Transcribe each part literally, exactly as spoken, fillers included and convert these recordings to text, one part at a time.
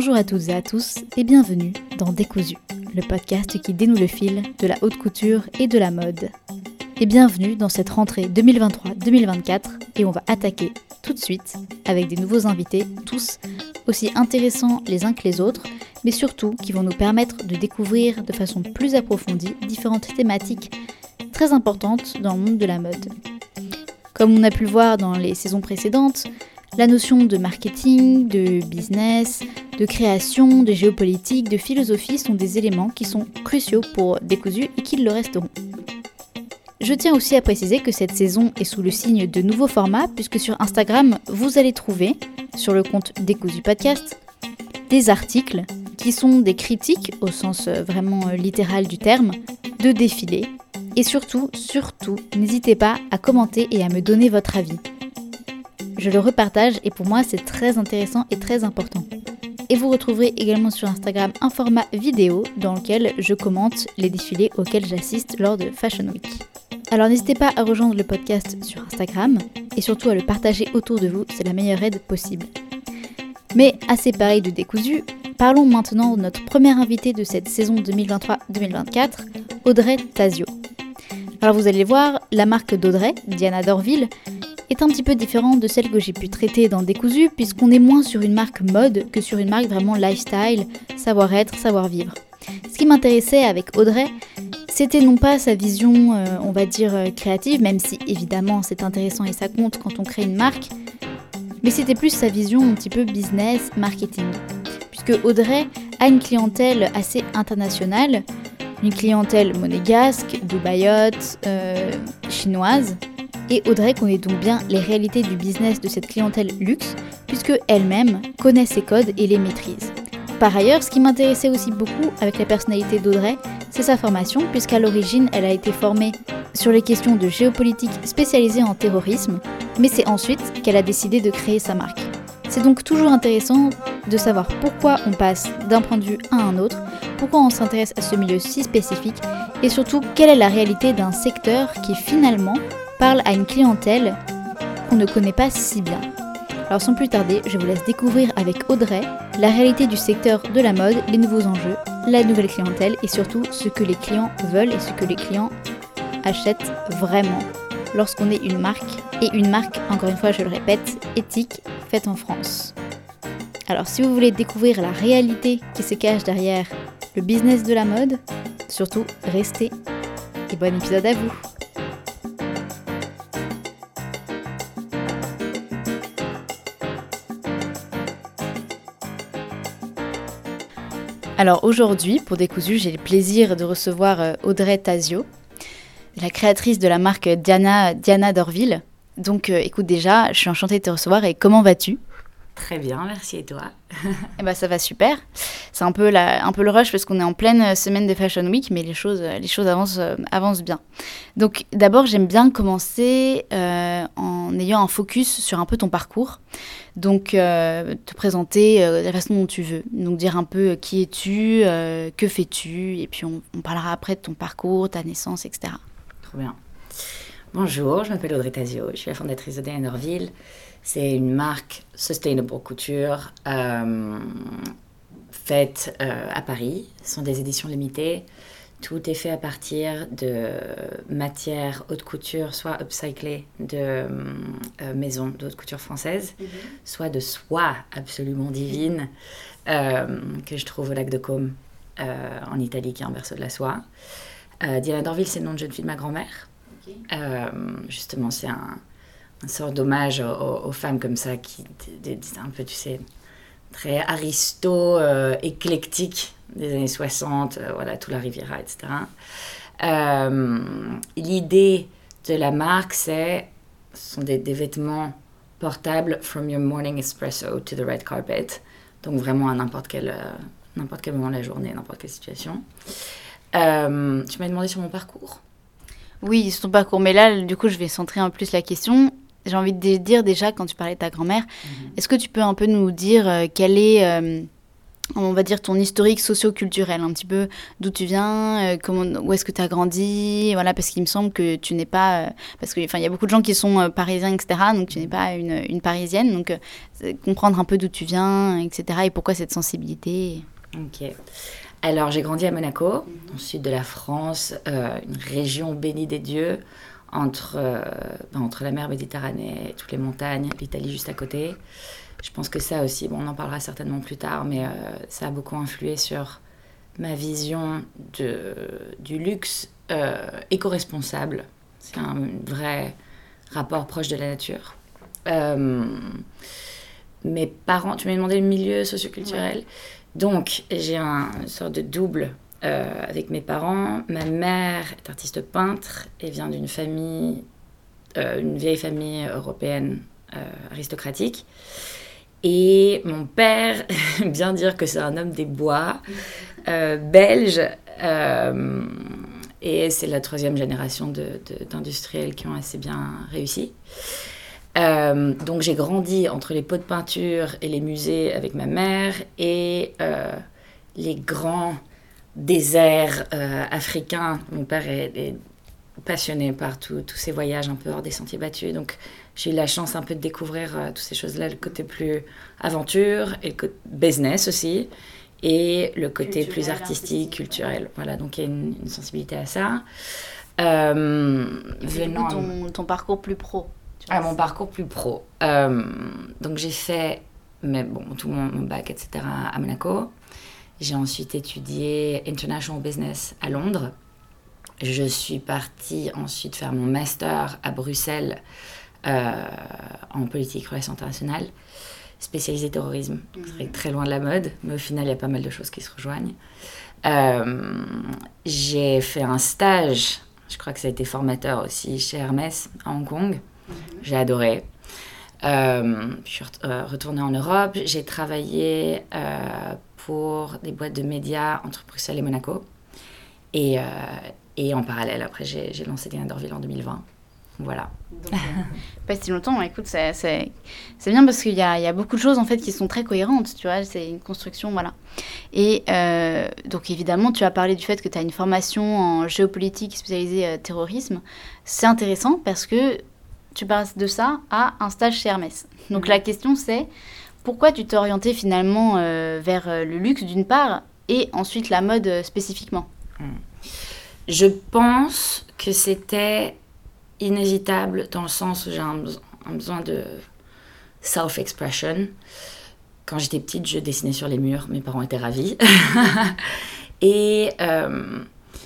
Bonjour à toutes et à tous et bienvenue dans Décousu, le podcast qui dénoue le fil de la haute couture et de la mode. Et bienvenue dans cette rentrée deux mille vingt-trois deux mille vingt-quatre et on va attaquer tout de suite avec des nouveaux invités, tous aussi intéressants les uns que les autres, mais surtout qui vont nous permettre de découvrir de façon plus approfondie différentes thématiques très importantes dans le monde de la mode. Comme on a pu le voir dans les saisons précédentes, la notion de marketing, de business, de création, de géopolitique, de philosophie sont des éléments qui sont cruciaux pour Décousu et qui le resteront. Je tiens aussi à préciser que cette saison est sous le signe de nouveaux formats puisque sur Instagram, vous allez trouver, sur le compte Décousu Podcast, des articles qui sont des critiques, au sens vraiment littéral du terme, de défilés. Et surtout, surtout, n'hésitez pas à commenter et à me donner votre avis. Je le repartage et pour moi c'est très intéressant et très important. Et vous retrouverez également sur Instagram un format vidéo dans lequel je commente les défilés auxquels j'assiste lors de Fashion Week. Alors n'hésitez pas à rejoindre le podcast sur Instagram et surtout à le partager autour de vous, c'est la meilleure aide possible. Mais assez pareil de Décousu, parlons maintenant de notre première invitée de cette saison deux mille vingt-trois deux mille vingt-quatre, Audrey Tazio. Alors vous allez voir, la marque d'Audrey, Diana d'Orville, est un petit peu différente de celle que j'ai pu traiter dans Décousu puisqu'on est moins sur une marque mode que sur une marque vraiment lifestyle, savoir-être, savoir-vivre. Ce qui m'intéressait avec Audrey, c'était non pas sa vision, euh, on va dire, euh, créative, même si évidemment c'est intéressant et ça compte quand on crée une marque, mais c'était plus sa vision un petit peu business, marketing. Puisque Audrey a une clientèle assez internationale, une clientèle monégasque, dubaïote, euh, chinoise, et Audrey connaît donc bien les réalités du business de cette clientèle luxe, puisque elle-même connaît ses codes et les maîtrise. Par ailleurs, ce qui m'intéressait aussi beaucoup avec la personnalité d'Audrey, c'est sa formation, puisqu'à l'origine, elle a été formée sur les questions de géopolitique spécialisée en terrorisme, mais c'est ensuite qu'elle a décidé de créer sa marque. C'est donc toujours intéressant de savoir pourquoi on passe d'un point de vue à un autre, pourquoi on s'intéresse à ce milieu si spécifique, et surtout quelle est la réalité d'un secteur qui finalement parle à une clientèle qu'on ne connaît pas si bien. Alors sans plus tarder, je vous laisse découvrir avec Audrey la réalité du secteur de la mode, les nouveaux enjeux, la nouvelle clientèle et surtout ce que les clients veulent et ce que les clients achètent vraiment lorsqu'on est une marque. Et une marque, encore une fois je le répète, éthique, faite en France. Alors si vous voulez découvrir la réalité qui se cache derrière le business de la mode, surtout restez et bon épisode à vous. Alors aujourd'hui, pour Décousu, j'ai le plaisir de recevoir Audrey Tazio, la créatrice de la marque Diana, Diana d'Orville. Donc euh, écoute déjà, je suis enchantée de te recevoir et comment vas-tu ? Très bien, merci et toi ? Eh ben ça va super. C'est un peu, la, un peu le rush parce qu'on est en pleine semaine de Fashion Week, mais les choses, les choses avancent, euh, avancent bien. Donc d'abord, j'aime bien commencer euh, en ayant un focus sur un peu ton parcours. Donc euh, te présenter euh, de la façon dont tu veux. Donc dire un peu euh, qui es-tu, euh, que fais-tu, et puis on, on parlera après de ton parcours, ta naissance, et cetera. Trop bien. Bonjour, je m'appelle Audrey Tazio, je suis la fondatrice de Diana d'Orville. C'est une marque sustainable couture euh, faite euh, à Paris. Ce sont des éditions limitées. Tout est fait à partir de matières haute couture, soit upcyclées de euh, maisons de haute couture françaises, mm-hmm. soit de soie absolument divine euh, que je trouve au lac de Côme euh, en Italie, qui est un berceau de la soie. Euh, Diana d'Orville, c'est le nom de jeune fille de ma grand-mère. Okay. Euh, justement, c'est un... une sorte d'hommage aux, aux femmes comme ça, qui c'est un peu, tu sais, très aristo, euh, éclectique des années soixante, euh, voilà, tout la Riviera, et cetera. Euh, l'idée de la marque, c'est, ce sont des, des vêtements portables from your morning espresso to the red carpet, donc vraiment à n'importe quel, euh, n'importe quel moment de la journée, n'importe quelle situation. Euh, tu m'as demandé sur mon parcours. Oui, sur ton parcours, mais là, du coup, je vais centrer un peu plus la question. J'ai envie de dire déjà, quand tu parlais de ta grand-mère, mm-hmm. est-ce que tu peux un peu nous dire euh, quelle est, euh, on va dire, ton historique socio-culturel, un petit peu d'où tu viens, euh, comment, où est-ce que tu as grandi, voilà, parce qu'il me semble que tu n'es pas... Euh, parce qu'il y a beaucoup de gens qui sont euh, parisiens, et cetera, donc tu n'es pas une, une parisienne, donc euh, comprendre un peu d'où tu viens, et cetera, et pourquoi cette sensibilité. Ok. Alors, j'ai grandi à Monaco, mm-hmm. dans le sud de la France, euh, une région bénie des dieux, entre, euh, ben, entre la mer Méditerranée et toutes les montagnes, l'Italie juste à côté. Je pense que ça aussi, bon, on en parlera certainement plus tard, mais euh, ça a beaucoup influé sur ma vision de, du luxe euh, éco-responsable. C'est un vrai rapport proche de la nature. Euh, mes parents, tu m'as demandé le milieu socioculturel. Ouais. Donc, j'ai un, une sorte de double euh, avec mes parents. Ma mère est artiste peintre et vient d'une famille, euh, une vieille famille européenne euh, aristocratique. Et mon père aime bien dire que c'est un homme des bois, euh, belge, euh, et c'est la troisième génération de, de, d'industriels qui ont assez bien réussi. Euh, donc j'ai grandi entre les pots de peinture et les musées avec ma mère et euh, les grands déserts euh, africains. Mon père est, est passionné par tous ces voyages un peu hors des sentiers battus, donc j'ai eu la chance un peu de découvrir euh, toutes ces choses-là, le côté plus aventure et le côté business aussi, et le côté culturel, plus artistique, culturel. Voilà, donc il y a une, une sensibilité à ça. Euh, venant ton, ton parcours plus pro. Ah, mon parcours plus pro. Euh, donc j'ai fait mais bon, tout mon, mon bac, et cetera à Monaco. J'ai ensuite étudié International Business à Londres. Je suis partie ensuite faire mon master à Bruxelles euh, en politique, relations internationales, spécialisé terrorisme. Mmh. C'est très loin de la mode, mais au final, il y a pas mal de choses qui se rejoignent. Euh, j'ai fait un stage, je crois que ça a été formateur aussi, chez Hermès à Hong Kong. Mmh. J'ai adoré. Euh, je suis retournée en Europe. J'ai travaillé euh, pour des boîtes de médias entre Bruxelles et Monaco. Et, euh, et en parallèle, après, j'ai, j'ai lancé Diana d'Orville en deux mille vingt. Voilà. Donc, euh, pas si longtemps. Écoute, c'est, c'est, c'est bien parce qu'il y a, il y a beaucoup de choses en fait qui sont très cohérentes. Tu vois, c'est une construction, voilà. Et euh, donc évidemment, tu as parlé du fait que tu as une formation en géopolitique spécialisée euh, terrorisme. C'est intéressant parce que tu passes de ça à un stage chez Hermès. Donc mmh. la question c'est pourquoi tu t'es orientée finalement euh, vers euh, le luxe d'une part et ensuite la mode euh, spécifiquement. Mmh. Je pense que c'était inévitable dans le sens où j'ai un, be- un besoin de self-expression. Quand j'étais petite, je dessinais sur les murs, mes parents étaient ravis. Et euh,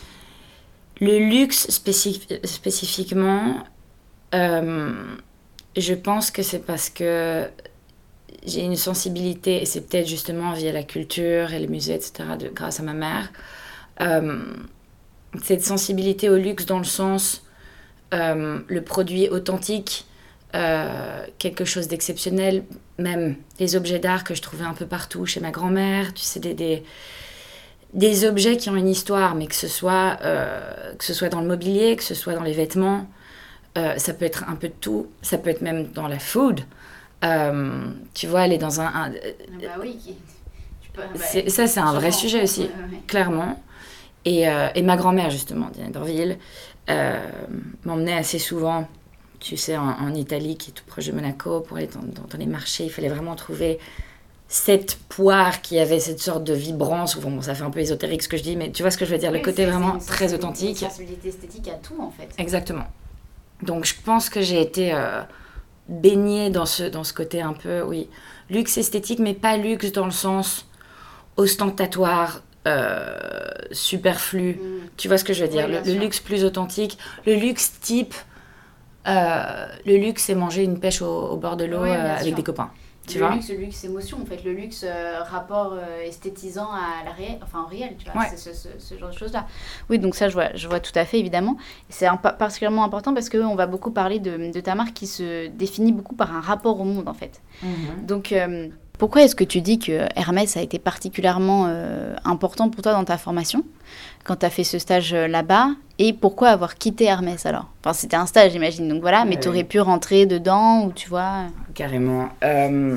le luxe spécif- spécifiquement, euh, je pense que c'est parce que j'ai une sensibilité, et c'est peut-être justement via la culture et les musées, et cetera, de, grâce à ma mère, euh, cette sensibilité au luxe dans le sens euh, le produit authentique, euh, quelque chose d'exceptionnel, même les objets d'art que je trouvais un peu partout chez ma grand-mère, tu sais, des, des, des objets qui ont une histoire, mais que ce soit, euh, que ce soit dans le mobilier, que ce soit dans les vêtements, euh, ça peut être un peu de tout, ça peut être même dans la food. Euh, tu vois, aller dans un... un bah oui, qui... tu peux, bah, c'est, ça, c'est un vrai sujet aussi, ouais, ouais. Clairement. Et, euh, et ma grand-mère, justement, Diana d'Orville, euh, m'emmenait assez souvent, tu sais, en, en Italie, qui est tout proche de Monaco, pour aller dans, dans, dans les marchés. Il fallait vraiment trouver cette poire qui avait cette sorte de vibrance. Bon, ça fait un peu ésotérique ce que je dis, mais tu vois ce que je veux dire, oui, le côté vraiment très authentique. Une sensibilité esthétique à tout, en fait. Exactement. Donc, je pense que j'ai été... Euh, baignée dans ce, dans ce côté un peu, oui, luxe esthétique, mais pas luxe dans le sens ostentatoire, euh, superflu. Mmh. Tu vois ce que je veux dire, oui, le, le luxe plus authentique. Le luxe type, euh, le luxe, c'est manger une pêche au, au bord de l'eau oui, euh, avec sûr. Des copains. Tu le vois luxe, le luxe émotion, en fait, le luxe euh, rapport euh, esthétisant à la réelle, enfin au réel, tu vois, ouais. c'est ce, ce, ce genre de choses-là. Oui, donc ça, je vois, je vois tout à fait, évidemment. Et c'est un, particulièrement important parce qu'on va beaucoup parler de, de ta marque qui se définit beaucoup par un rapport au monde, en fait. Mm-hmm. Donc, euh, pourquoi est-ce que tu dis que Hermès a été particulièrement euh, important pour toi dans ta formation, quand tu as fait ce stage là-bas, et pourquoi avoir quitté Hermès alors ? Enfin, c'était un stage, j'imagine, donc voilà, mais euh, tu aurais pu rentrer dedans, ou tu vois... Carrément. Euh,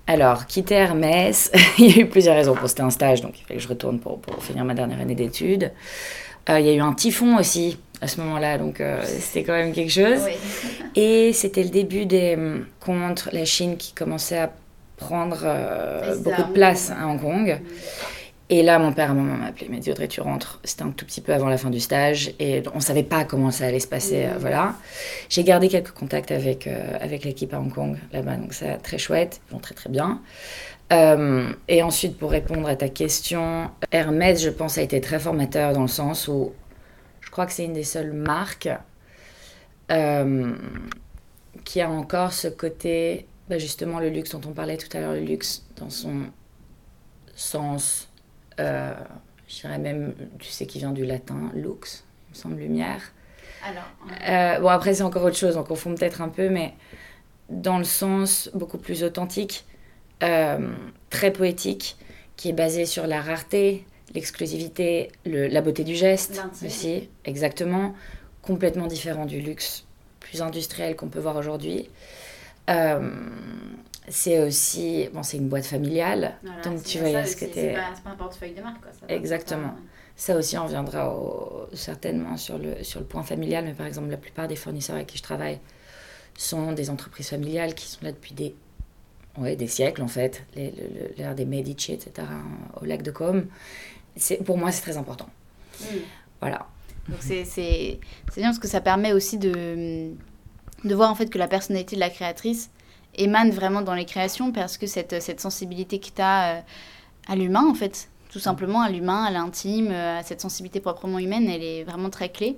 Alors, quitter Hermès, il y a eu plusieurs raisons. Bon, c'était un stage, donc il fallait que je retourne pour, pour finir ma dernière année d'études. Euh, il y a eu un typhon aussi à ce moment-là, donc euh, c'était quand même quelque chose. Oui. Et c'était le début des contre la Chine qui commençait à prendre euh, beaucoup de place à Hong Kong. Mmh. Et là, mon père et maman m'ont appelé, m'a dit Audrey, tu rentres. C'était un tout petit peu avant la fin du stage et on ne savait pas comment ça allait se passer. Mmh. Euh, voilà. J'ai gardé quelques contacts avec, euh, avec l'équipe à Hong Kong là-bas, donc c'est très chouette, ils vont très très bien. Euh, et ensuite, pour répondre à ta question, Hermès, je pense, a été très formateur dans le sens où je crois que c'est une des seules marques euh, qui a encore ce côté, bah justement le luxe dont on parlait tout à l'heure, le luxe dans son sens, euh, je dirais même, tu sais, qui vient du latin, lux, il me semble, lumière. Alors, euh, bon, après, c'est encore autre chose, on confond peut-être un peu, mais dans le sens beaucoup plus authentique, euh, très poétique, qui est basé sur la rareté, l'exclusivité, le, la beauté du geste L'intime. Aussi, exactement, complètement différent du luxe plus industriel qu'on peut voir aujourd'hui. Euh, c'est aussi, bon, c'est une boîte familiale, voilà, donc tu vois, il y a ce côté... C'est pas, c'est pas un portefeuille de marque, quoi. Ça exactement. Pas... Ça aussi, on reviendra au, certainement sur le, sur le point familial, mais par exemple, la plupart des fournisseurs avec qui je travaille sont des entreprises familiales qui sont là depuis des... Ouais, des siècles en fait, les, le, l'ère des Medici, et cetera, au lac de Côme. C'est, pour moi, c'est très important. Mmh. Voilà. Donc c'est, c'est, c'est bien parce que ça permet aussi de, de voir en fait que la personnalité de la créatrice émane vraiment dans les créations, parce que cette, cette sensibilité que tu as à l'humain, en fait, tout simplement à l'humain, à l'intime, à cette sensibilité proprement humaine, elle est vraiment très clé.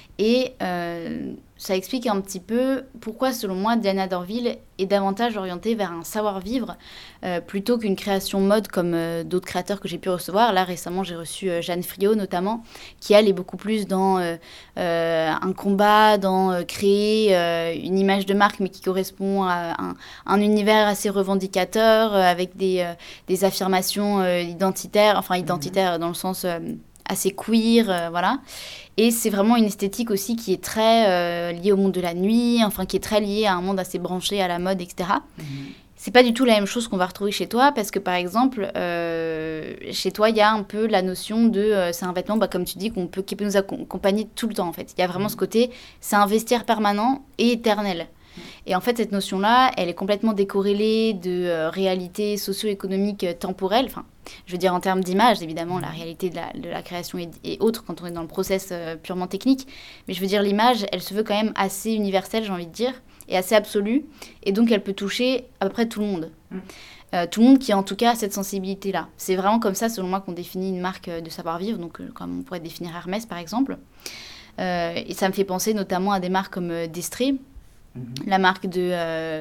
Et euh, ça explique un petit peu pourquoi, selon moi, Diana d'Orville est davantage orientée vers un savoir-vivre euh, plutôt qu'une création mode comme euh, d'autres créateurs que j'ai pu recevoir. Là, récemment, j'ai reçu euh, Jeanne Friot, notamment, qui, elle, est beaucoup plus dans euh, euh, un combat, dans euh, créer euh, une image de marque, mais qui correspond à un, un univers assez revendicateur, euh, avec des, euh, des affirmations euh, identitaires, enfin identitaires dans le sens... Euh, assez queer, euh, voilà. Et c'est vraiment une esthétique aussi qui est très euh, liée au monde de la nuit, enfin qui est très liée à un monde assez branché à la mode, et cetera. Mmh. C'est pas du tout la même chose qu'on va retrouver chez toi, parce que par exemple, euh, chez toi, il y a un peu la notion de, euh, c'est un vêtement, bah, comme tu dis, qu'on peut, qui peut nous accompagner tout le temps, en fait. Il y a vraiment mmh. ce côté, c'est un vestiaire permanent et éternel. Et en fait, cette notion-là, elle est complètement décorrélée de euh, réalités socio-économiques euh, temporelles. Enfin, je veux dire en termes d'image, évidemment, la réalité de la, de la création est, est autre quand on est dans le process euh, purement technique. Mais je veux dire, l'image, elle se veut quand même assez universelle, j'ai envie de dire, et assez absolue. Et donc, elle peut toucher à peu près tout le monde. Mmh. Euh, tout le monde qui a en tout cas cette sensibilité-là. C'est vraiment comme ça, selon moi, qu'on définit une marque de savoir-vivre. Donc, euh, comme on pourrait définir Hermès, par exemple. Euh, et ça me fait penser notamment à des marques comme euh, Destré, la marque de, euh,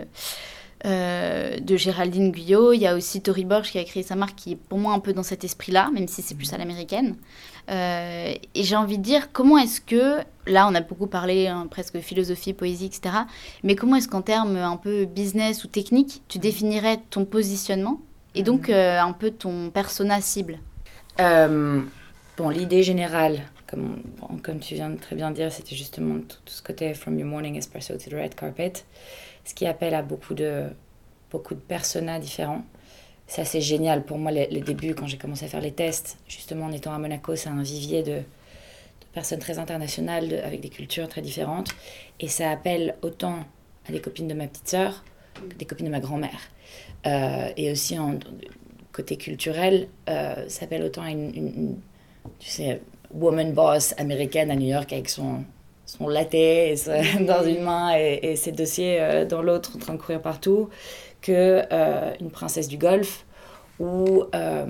euh, de Géraldine Guyot. Il y a aussi Tory Burch qui a créé sa marque, qui est pour moi un peu dans cet esprit-là, même si c'est plus à l'américaine. Euh, et j'ai envie de dire, comment est-ce que, là on a beaucoup parlé hein, presque philosophie, poésie, et cetera, mais comment est-ce qu'en termes un peu business ou technique, tu définirais ton positionnement et donc euh, un peu ton persona cible? euh, Bon, l'idée générale, Comme, bon, comme tu viens de très bien dire, c'était justement tout, tout ce côté from your morning espresso to the red carpet, ce qui appelle à beaucoup de, beaucoup de personas différents. C'est assez génial pour moi, les, les débuts, quand j'ai commencé à faire les tests, justement en étant à Monaco, c'est un vivier de, de personnes très internationales, de, avec des cultures très différentes, et ça appelle autant à des copines de ma petite sœur que des copines de ma grand-mère. Euh, et aussi, en côté culturel, euh, ça appelle autant à une, une, une tu sais, woman boss américaine à New York avec son, son latte et son, dans une main et, et ses dossiers euh, dans l'autre en train de courir partout, que euh, une princesse du Golfe ou euh,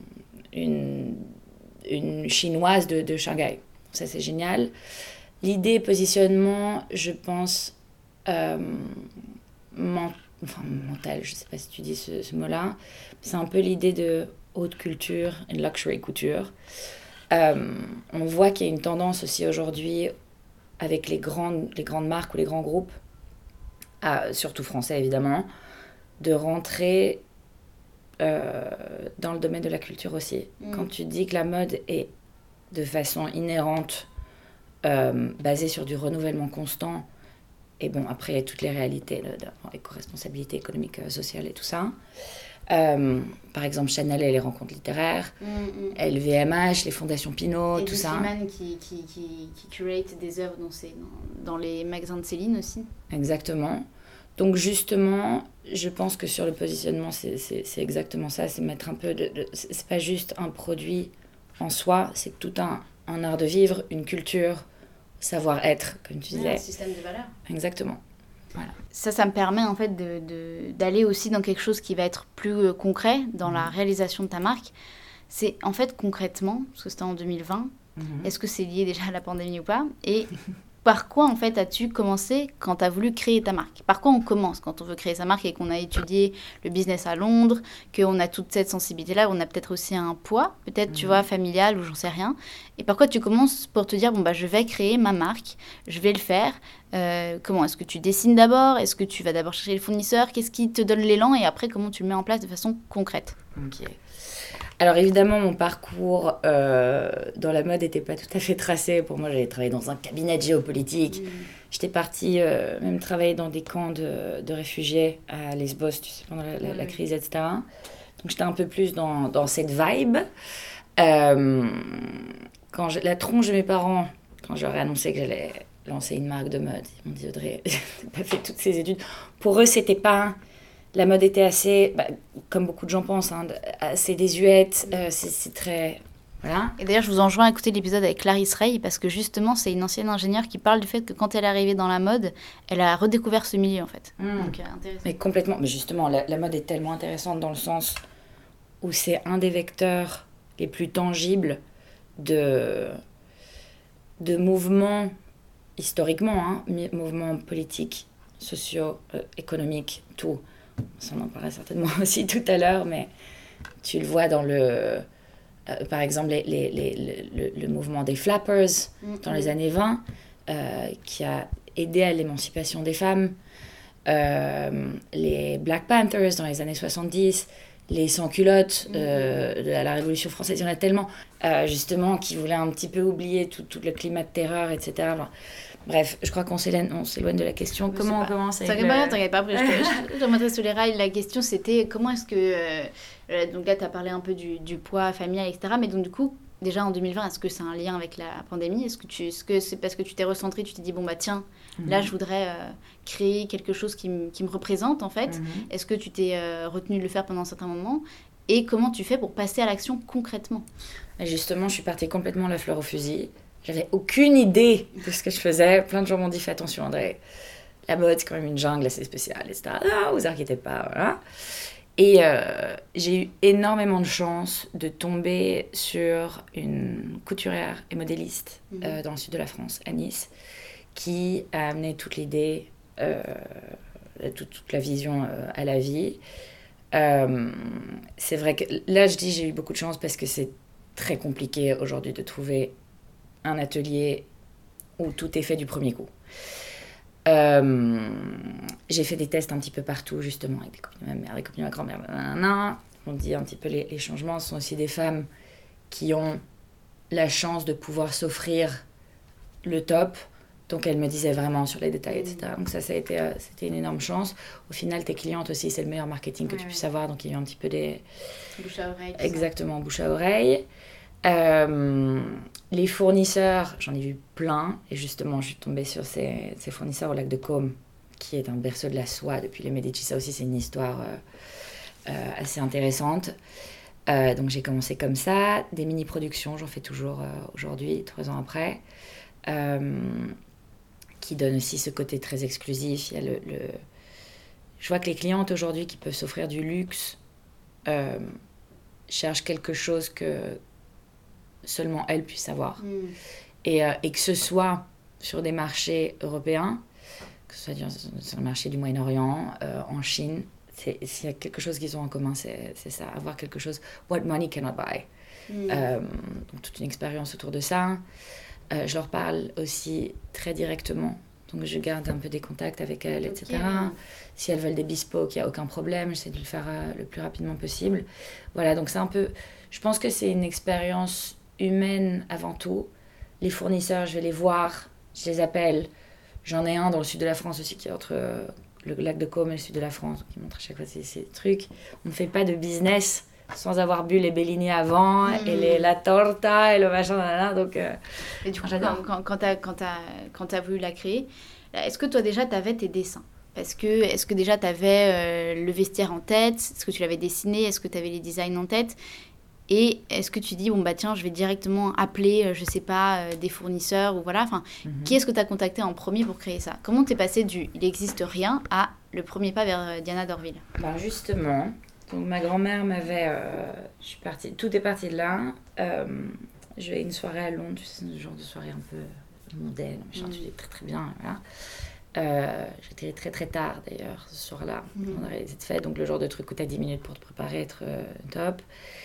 une, une chinoise de, de Shanghai. Ça, c'est génial. L'idée positionnement, je pense, euh, ment, enfin, mentale, je ne sais pas si tu dis ce, ce mot-là, c'est un peu l'idée de haute culture et luxury couture. Euh, on voit qu'il y a une tendance aussi aujourd'hui avec les grandes, les grandes marques ou les grands groupes, à, surtout français évidemment, de rentrer euh, dans le domaine de la culture aussi. Mmh. Quand tu dis que la mode est de façon inhérente euh, basée sur du renouvellement constant et bon, après, il y a toutes les réalités, de, de, l'éco-responsabilité économique, euh, sociale et tout ça. Euh, par exemple, Chanel et les rencontres littéraires, mm-hmm. L V M H, les fondations Pinault, et tout ça. Et Duffyman qui, qui, qui, qui curate des œuvres dans, ses, dans, dans les magasins de Céline aussi. Exactement. Donc justement, je pense que sur le positionnement, c'est, c'est, c'est exactement ça, c'est mettre un peu de, de... C'est pas juste un produit en soi, c'est tout un, un art de vivre, une culture, savoir-être, comme tu disais. Un système de valeurs. Exactement. Voilà. Ça, ça me permet en fait de, de, d'aller aussi dans quelque chose qui va être plus euh, concret dans mmh. la réalisation de ta marque. C'est en fait concrètement, parce que c'était en deux mille vingt, mmh. est-ce que c'est lié déjà à la pandémie ou pas ? Et par quoi en fait as-tu commencé quand tu as voulu créer ta marque ? Par quoi on commence quand on veut créer sa marque et qu'on a étudié le business à Londres, qu'on a toute cette sensibilité-là, on a peut-être aussi un poids, peut-être mmh. tu vois, familial ou j'en sais rien. Et par quoi tu commences pour te dire, bon bah je vais créer ma marque, je vais le faire. Euh, comment est-ce que tu dessines d'abord ? Est-ce que tu vas d'abord chercher les fournisseurs ? Qu'est-ce qui te donne l'élan ? Et après, comment tu le mets en place de façon concrète ? Ok. Alors évidemment, mon parcours euh, dans la mode n'était pas tout à fait tracé. Pour moi, j'avais travaillé dans un cabinet de géopolitique. Mmh. J'étais partie euh, même travailler dans des camps de, de réfugiés à Lesbos, tu sais, pendant la, la, la crise, et cetera. Donc j'étais un peu plus dans, dans cette vibe. Euh, quand je, la tronche de mes parents, quand je leur ai annoncé que j'allais lancer une marque de mode, ils m'ont dit, Audrey, t'as pas fait toutes ces études. Pour eux, c'était pas... La mode était assez, bah, comme beaucoup de gens pensent, hein, assez désuète, euh, c'est, c'est très... Voilà. Et d'ailleurs, je vous enjoins à écouter l'épisode avec Clarisse Ray, parce que justement, c'est une ancienne ingénieure qui parle du fait que quand elle est arrivée dans la mode, elle a redécouvert ce milieu, en fait. Mmh. Donc, euh, intéressant. Mais complètement. Mais justement, la, la mode est tellement intéressante dans le sens où c'est un des vecteurs les plus tangibles de, de mouvements, historiquement, hein, mouvements politiques, sociaux, euh, économiques, tout. Ça, on en parlera certainement aussi tout à l'heure, mais tu le vois dans le... Euh, par exemple, les, les, les, le, le mouvement des flappers mm-hmm. dans les années vingt, euh, qui a aidé à l'émancipation des femmes. Euh, les Black Panthers dans les années soixante-dix, les sans-culottes mm-hmm. euh, de la, la Révolution française, il y en a tellement, euh, justement, qui voulaient un petit peu oublier tout, tout le climat de terreur, et cetera. Alors, bref, je crois qu'on s'éloigne, on s'éloigne de la question. Mais comment on commence avec T'inquiète pas, t'inquiète pas. Après, je te, je te remettrai sous les rails. La question, c'était comment est-ce que... Euh, donc là, tu as parlé un peu du, du poids familial, et cetera. Mais donc, du coup, déjà en deux mille vingt, est-ce que c'est un lien avec la pandémie ? Est-ce que, tu, est-ce que c'est parce que tu t'es recentré, tu t'es dit, bon, bah tiens, mm-hmm. là, je voudrais euh, créer quelque chose qui, m- qui me représente, en fait. Mm-hmm. Est-ce que tu t'es euh, retenu de le faire pendant un certain moment ? Et comment tu fais pour passer à l'action concrètement ? Justement, je suis partie complètement la fleur au fusil. J'avais aucune idée de ce que je faisais. Plein de gens m'ont dit, fais attention, André. La mode, c'est quand même une jungle assez spéciale, et cetera. Ah, vous inquiétez pas, voilà. Et euh, j'ai eu énormément de chance de tomber sur une couturière et modéliste mmh. euh, dans le sud de la France, à Nice, qui a amené toute l'idée, euh, toute, toute la vision euh, à la vie. Euh, c'est vrai que là, je dis j'ai eu beaucoup de chance parce que c'est très compliqué aujourd'hui de trouver un atelier où tout est fait du premier coup. Euh, j'ai fait des tests un petit peu partout, justement, avec des copines de ma mère, des copines de ma grand-mère. Nanana. On dit un petit peu les, les changements. Ce sont aussi des femmes qui ont la chance de pouvoir s'offrir le top. Donc, elles me disaient vraiment sur les détails, et cetera. Donc, ça, ça a été, euh, c'était une énorme chance. Au final, tes clientes aussi, c'est le meilleur marketing que ouais, tu puisses avoir. Donc, il y a eu un petit peu des... Bouche à oreille. Exactement, bouche à oreille. Euh, les fournisseurs, j'en ai vu plein. Et justement, je suis tombée sur ces, ces fournisseurs au lac de Côme, qui est un berceau de la soie depuis les Medici. Ça aussi, c'est une histoire euh, euh, assez intéressante. Euh, donc, j'ai commencé comme ça. Des mini-productions, j'en fais toujours euh, aujourd'hui, trois ans après. Euh, qui donne aussi ce côté très exclusif. Il y a le, le... Je vois que les clientes aujourd'hui qui peuvent s'offrir du luxe euh, cherchent quelque chose que seulement elles puissent avoir. Mm. Et, euh, et que ce soit sur des marchés européens, que ce soit sur le marché du Moyen-Orient, euh, en Chine, c'est, s'il y a quelque chose qu'ils ont en commun, c'est, c'est ça, avoir quelque chose, what money cannot buy. Mm. Euh, donc toute une expérience autour de ça. Euh, je leur parle aussi très directement. Donc, je garde un peu des contacts avec elles, okay. et cetera. Si elles veulent des bespoke, il n'y a aucun problème. J'essaie de le faire euh, le plus rapidement possible. Voilà, donc c'est un peu... Je pense que c'est une expérience humaine avant tout. Les fournisseurs, je vais les voir, je les appelle. J'en ai un dans le sud de la France aussi, qui est entre euh, le lac de Côme et le sud de la France, qui montre à chaque fois ces, ces trucs. On ne fait pas de business sans avoir bu les Bellini avant, mmh. et les, la torta, et le machin, là, là, donc... Euh, et du coup, quand, quand, quand tu as quand t'as, quand t'as voulu la créer, est-ce que toi, déjà, tu avais tes dessins ? Parce que, est-ce que déjà, tu avais euh, le vestiaire en tête ? Est-ce que tu l'avais dessiné ? Est-ce que tu avais les designs en tête ? Et est-ce que tu dis, bon, bah tiens, je vais directement appeler, euh, je sais pas, euh, des fournisseurs, ou voilà, enfin, mm-hmm. qui est-ce que tu as contacté en premier pour créer ça ? Comment tu es passé du « il n'existe rien » à le premier pas vers euh, Diana d'Orville ? Ben justement, donc ma grand-mère m'avait... Euh, je suis partie, tout est parti de là. Euh, je vais à une soirée à Londres, tu sais, ce genre de soirée un peu mondaine, machin, mm. tu dis très très bien, voilà. Euh, j'ai tiré très très tard d'ailleurs, ce soir-là, mm. on a réalisé de fait, donc le genre de truc où tu as dix minutes pour te préparer, être euh, top.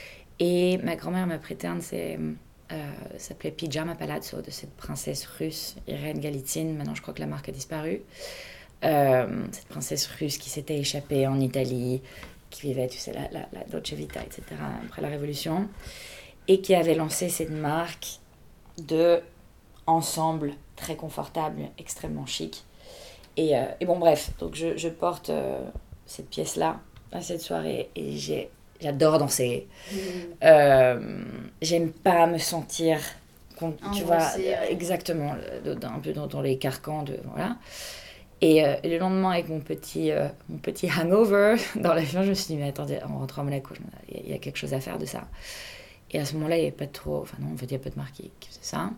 Et ma grand-mère m'a prêté un de ces... Euh, ça s'appelait Pyjama Palazzo, de cette princesse russe, Irène Galitzine. Maintenant, je crois que la marque a disparu. Euh, cette princesse russe qui s'était échappée en Italie, qui vivait, tu sais, la, la, la Dolce Vita, et cetera, après la Révolution, et qui avait lancé cette marque de ensemble très confortable, extrêmement chic. Et, euh, et bon, bref, donc je, je porte euh, cette pièce-là à cette soirée, et j'ai... J'adore danser. Mmh. Euh, j'aime pas me sentir, tu vois, ouais. exactement, un peu dans, dans les carcans de voilà. Et, euh, et le lendemain, avec mon petit, euh, mon petit hangover dans l'avion, je me suis dit mais attendez, en rentrant à Monaco, il y, y a quelque chose à faire de ça. Et à ce moment-là, il n'y avait pas de trop, enfin non, en fait, il n'y a pas de marque qui, qui faisait ça.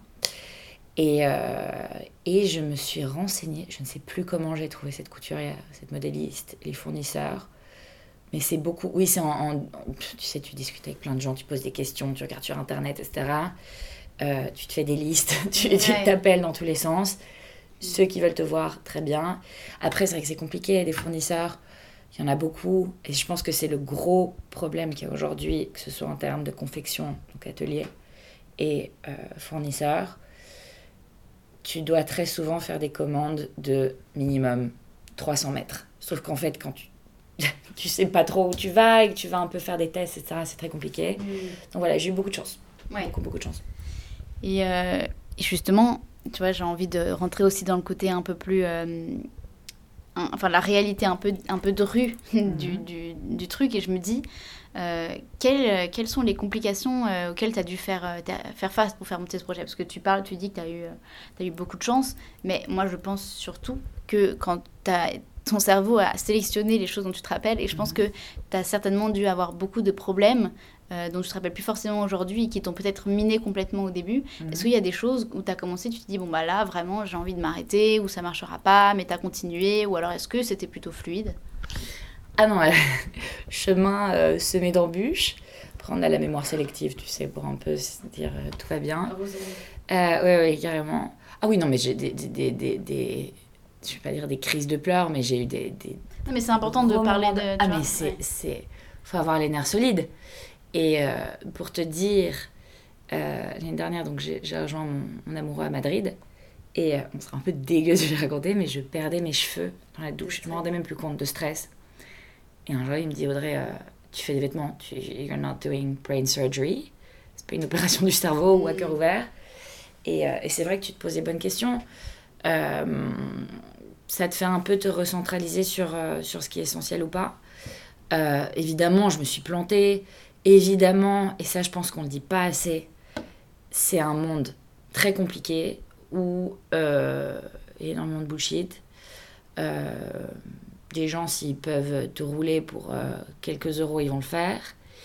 Et, euh, et je me suis renseignée. Je ne sais plus comment j'ai trouvé cette couturière, cette modéliste, les fournisseurs. Mais c'est beaucoup... Oui, c'est en, en... Tu sais, tu discutes avec plein de gens, tu poses des questions, tu regardes sur Internet, et cetera. Euh, tu te fais des listes, tu, ouais. tu t'appelles dans tous les sens. Ceux qui veulent te voir, très bien. Après, c'est vrai que c'est compliqué, des fournisseurs, il y en a beaucoup. Et je pense que c'est le gros problème qu'il y a aujourd'hui, que ce soit en termes de confection, donc atelier, et euh, fournisseurs. Tu dois très souvent faire des commandes de minimum trois cents mètres. Sauf qu'en fait, quand tu tu sais pas trop où tu vas et que tu vas un peu faire des tests, et cetera. C'est très compliqué. Mmh. Donc voilà, j'ai eu beaucoup de chance. Ouais. Beaucoup, beaucoup de chance. Et euh, justement, tu vois, j'ai envie de rentrer aussi dans le côté un peu plus... Euh, un, enfin, la réalité un peu, un peu de rue mmh. du, du, du truc. Et je me dis, euh, quelles, quelles sont les complications euh, auxquelles tu as dû faire, euh, faire face pour faire monter ce projet ? Parce que tu parles, tu dis que tu as eu, euh, eu beaucoup de chance. Mais moi, je pense surtout que quand tu as... ton cerveau a sélectionné les choses dont tu te rappelles, et je pense mmh. que tu as certainement dû avoir beaucoup de problèmes euh, dont tu te rappelles plus forcément aujourd'hui et qui t'ont peut-être miné complètement au début. Mmh. Est-ce qu'il y a des choses où tu as commencé, tu te dis, bon bah là, vraiment, j'ai envie de m'arrêter, ou ça marchera pas, mais tu as continué, ou alors est-ce que c'était plutôt fluide ? Ah non, euh, chemin euh, semé d'embûches. Après, on a la mémoire sélective, tu sais, pour un peu se dire euh, tout va bien. Ah, oui, oui, carrément. Ah oui, non, mais j'ai des... des, des, des, des... je vais pas dire des crises de pleurs, mais j'ai eu des... des non, mais c'est important de parler de... Ah, mais c'est... c'est... faut avoir les nerfs solides. Et euh, pour te dire, euh, l'année dernière, donc j'ai, j'ai rejoint mon, mon amoureux à Madrid, et euh, on sera un peu dégueu de le raconter, mais je perdais mes cheveux dans la douche. Je ne me rendais même plus compte de stress. Et un jour, il me dit, Audrey, euh, tu fais des vêtements, tu, you're not doing brain surgery. C'est pas une opération du cerveau ou à cœur ouvert. Et, euh, et c'est vrai que tu te poses des bonnes questions. Euh, ça te fait un peu te recentraliser sur, euh, sur ce qui est essentiel ou pas. Euh, évidemment, je me suis plantée. Évidemment, et ça, je pense qu'on ne le dit pas assez, c'est un monde très compliqué où euh, il y a énormément de bullshit. Euh, des gens, s'ils peuvent te rouler pour euh, quelques euros, ils vont le faire.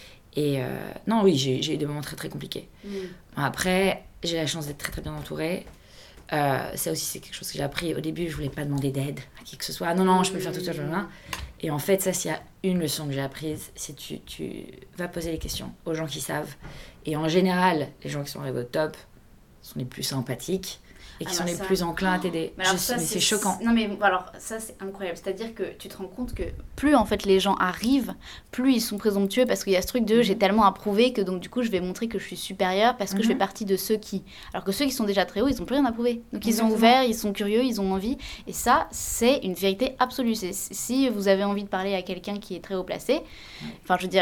Et euh, non, oui, j'ai, j'ai eu des moments très, très compliqués. Mm. Après, j'ai la chance d'être très, très bien entourée. Euh, ça aussi, c'est quelque chose que j'ai appris. Au début, je ne voulais pas demander d'aide à qui que ce soit. Ah, non, non, je peux le faire tout seul. Et en fait, ça, s'il y a une leçon que j'ai apprise, c'est que tu, tu vas poser les questions aux gens qui savent. Et en général, les gens qui sont arrivés au top sont les plus sympathiques et qui alors sont les ça... plus enclins à t'aider. Mais, alors, je... ça, mais c'est... c'est choquant. Non, mais alors, ça, c'est incroyable. C'est-à-dire que tu te rends compte que plus, en fait, les gens arrivent, plus ils sont présomptueux parce qu'il y a ce truc de mmh. j'ai tellement approuvé que donc, du coup, je vais montrer que je suis supérieure parce que mmh. je fais partie de ceux qui... Alors que ceux qui sont déjà très hauts, ils n'ont plus rien à prouver. Donc, ils Exactement. sont ouverts, ils sont curieux, ils ont envie. Et ça, c'est une vérité absolue. C'est... Si vous avez envie de parler à quelqu'un qui est très haut placé, enfin, je veux dire...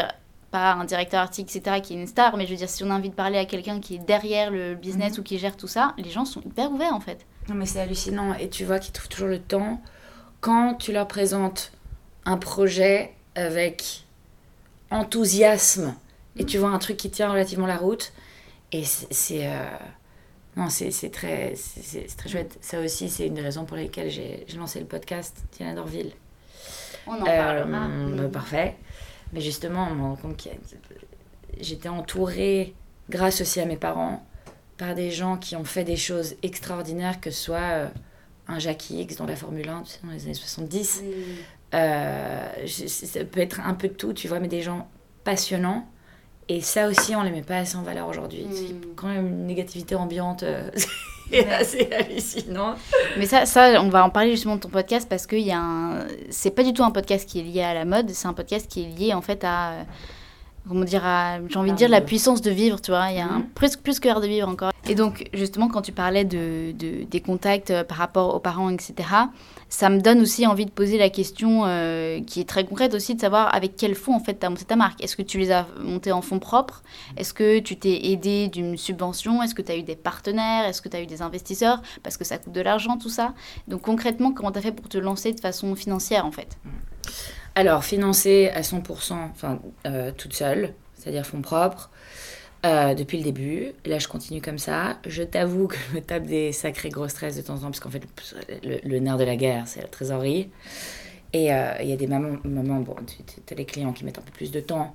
pas un directeur artistique, et cetera, qui est une star, mais je veux dire, si on a envie de parler à quelqu'un qui est derrière le business mmh. ou qui gère tout ça, les gens sont hyper ouverts, en fait. Non, mais c'est hallucinant. Et tu vois qu'ils trouvent toujours le temps. Quand tu leur présentes un projet avec enthousiasme, mmh. et tu vois un truc qui tient relativement la route, et c'est... c'est euh... Non, c'est, c'est, très, c'est, c'est très chouette. Ça aussi, c'est une des raisons pour lesquelles j'ai, j'ai lancé le podcast Diana d'Orville. On en parlera. Euh, bah, parfait. Mais justement, on me rend compte que j'étais entourée, grâce aussi à mes parents, par des gens qui ont fait des choses extraordinaires, que ce soit euh, un Jackie X dans la Formule un, tu sais, dans les années soixante-dix. Mm. Euh, je, ça peut être un peu de tout, tu vois, mais des gens passionnants. Et ça aussi, on ne les met pas assez en valeur aujourd'hui. Mm. C'est quand même une négativité ambiante. Euh, c'est assez hallucinant. Mais ça, ça, on va en parler justement de ton podcast parce que y a un... c'est pas du tout un podcast qui est lié à la mode, c'est un podcast qui est lié en fait à... Comment dire, à, j'ai envie de dire, la puissance de vivre, tu vois. Il y a un, mm. presque plus que l'art de vivre encore. Et donc, justement, quand tu parlais de, de, des contacts par rapport aux parents, et cetera, ça me donne aussi envie de poser la question euh, qui est très concrète aussi, de savoir avec quels fonds, en fait, tu as monté ta marque. Est-ce que tu les as montés en fonds propres ? Est-ce que tu t'es aidé d'une subvention ? Est-ce que tu as eu des partenaires ? Est-ce que tu as eu des investisseurs ? Parce que ça coûte de l'argent, tout ça. Donc, concrètement, comment tu as fait pour te lancer de façon financière, en fait ? Alors, financer à cent pour cent, enfin, euh, toute seule, c'est-à-dire fonds propres, euh, depuis le début. Là, je continue comme ça. Je t'avoue que je me tape des sacrés gros stress de temps en temps, parce qu'en fait, le, le nerf de la guerre, c'est la trésorerie. Et il euh, y a des moments, moments bon, tu as les clients qui mettent un peu plus de temps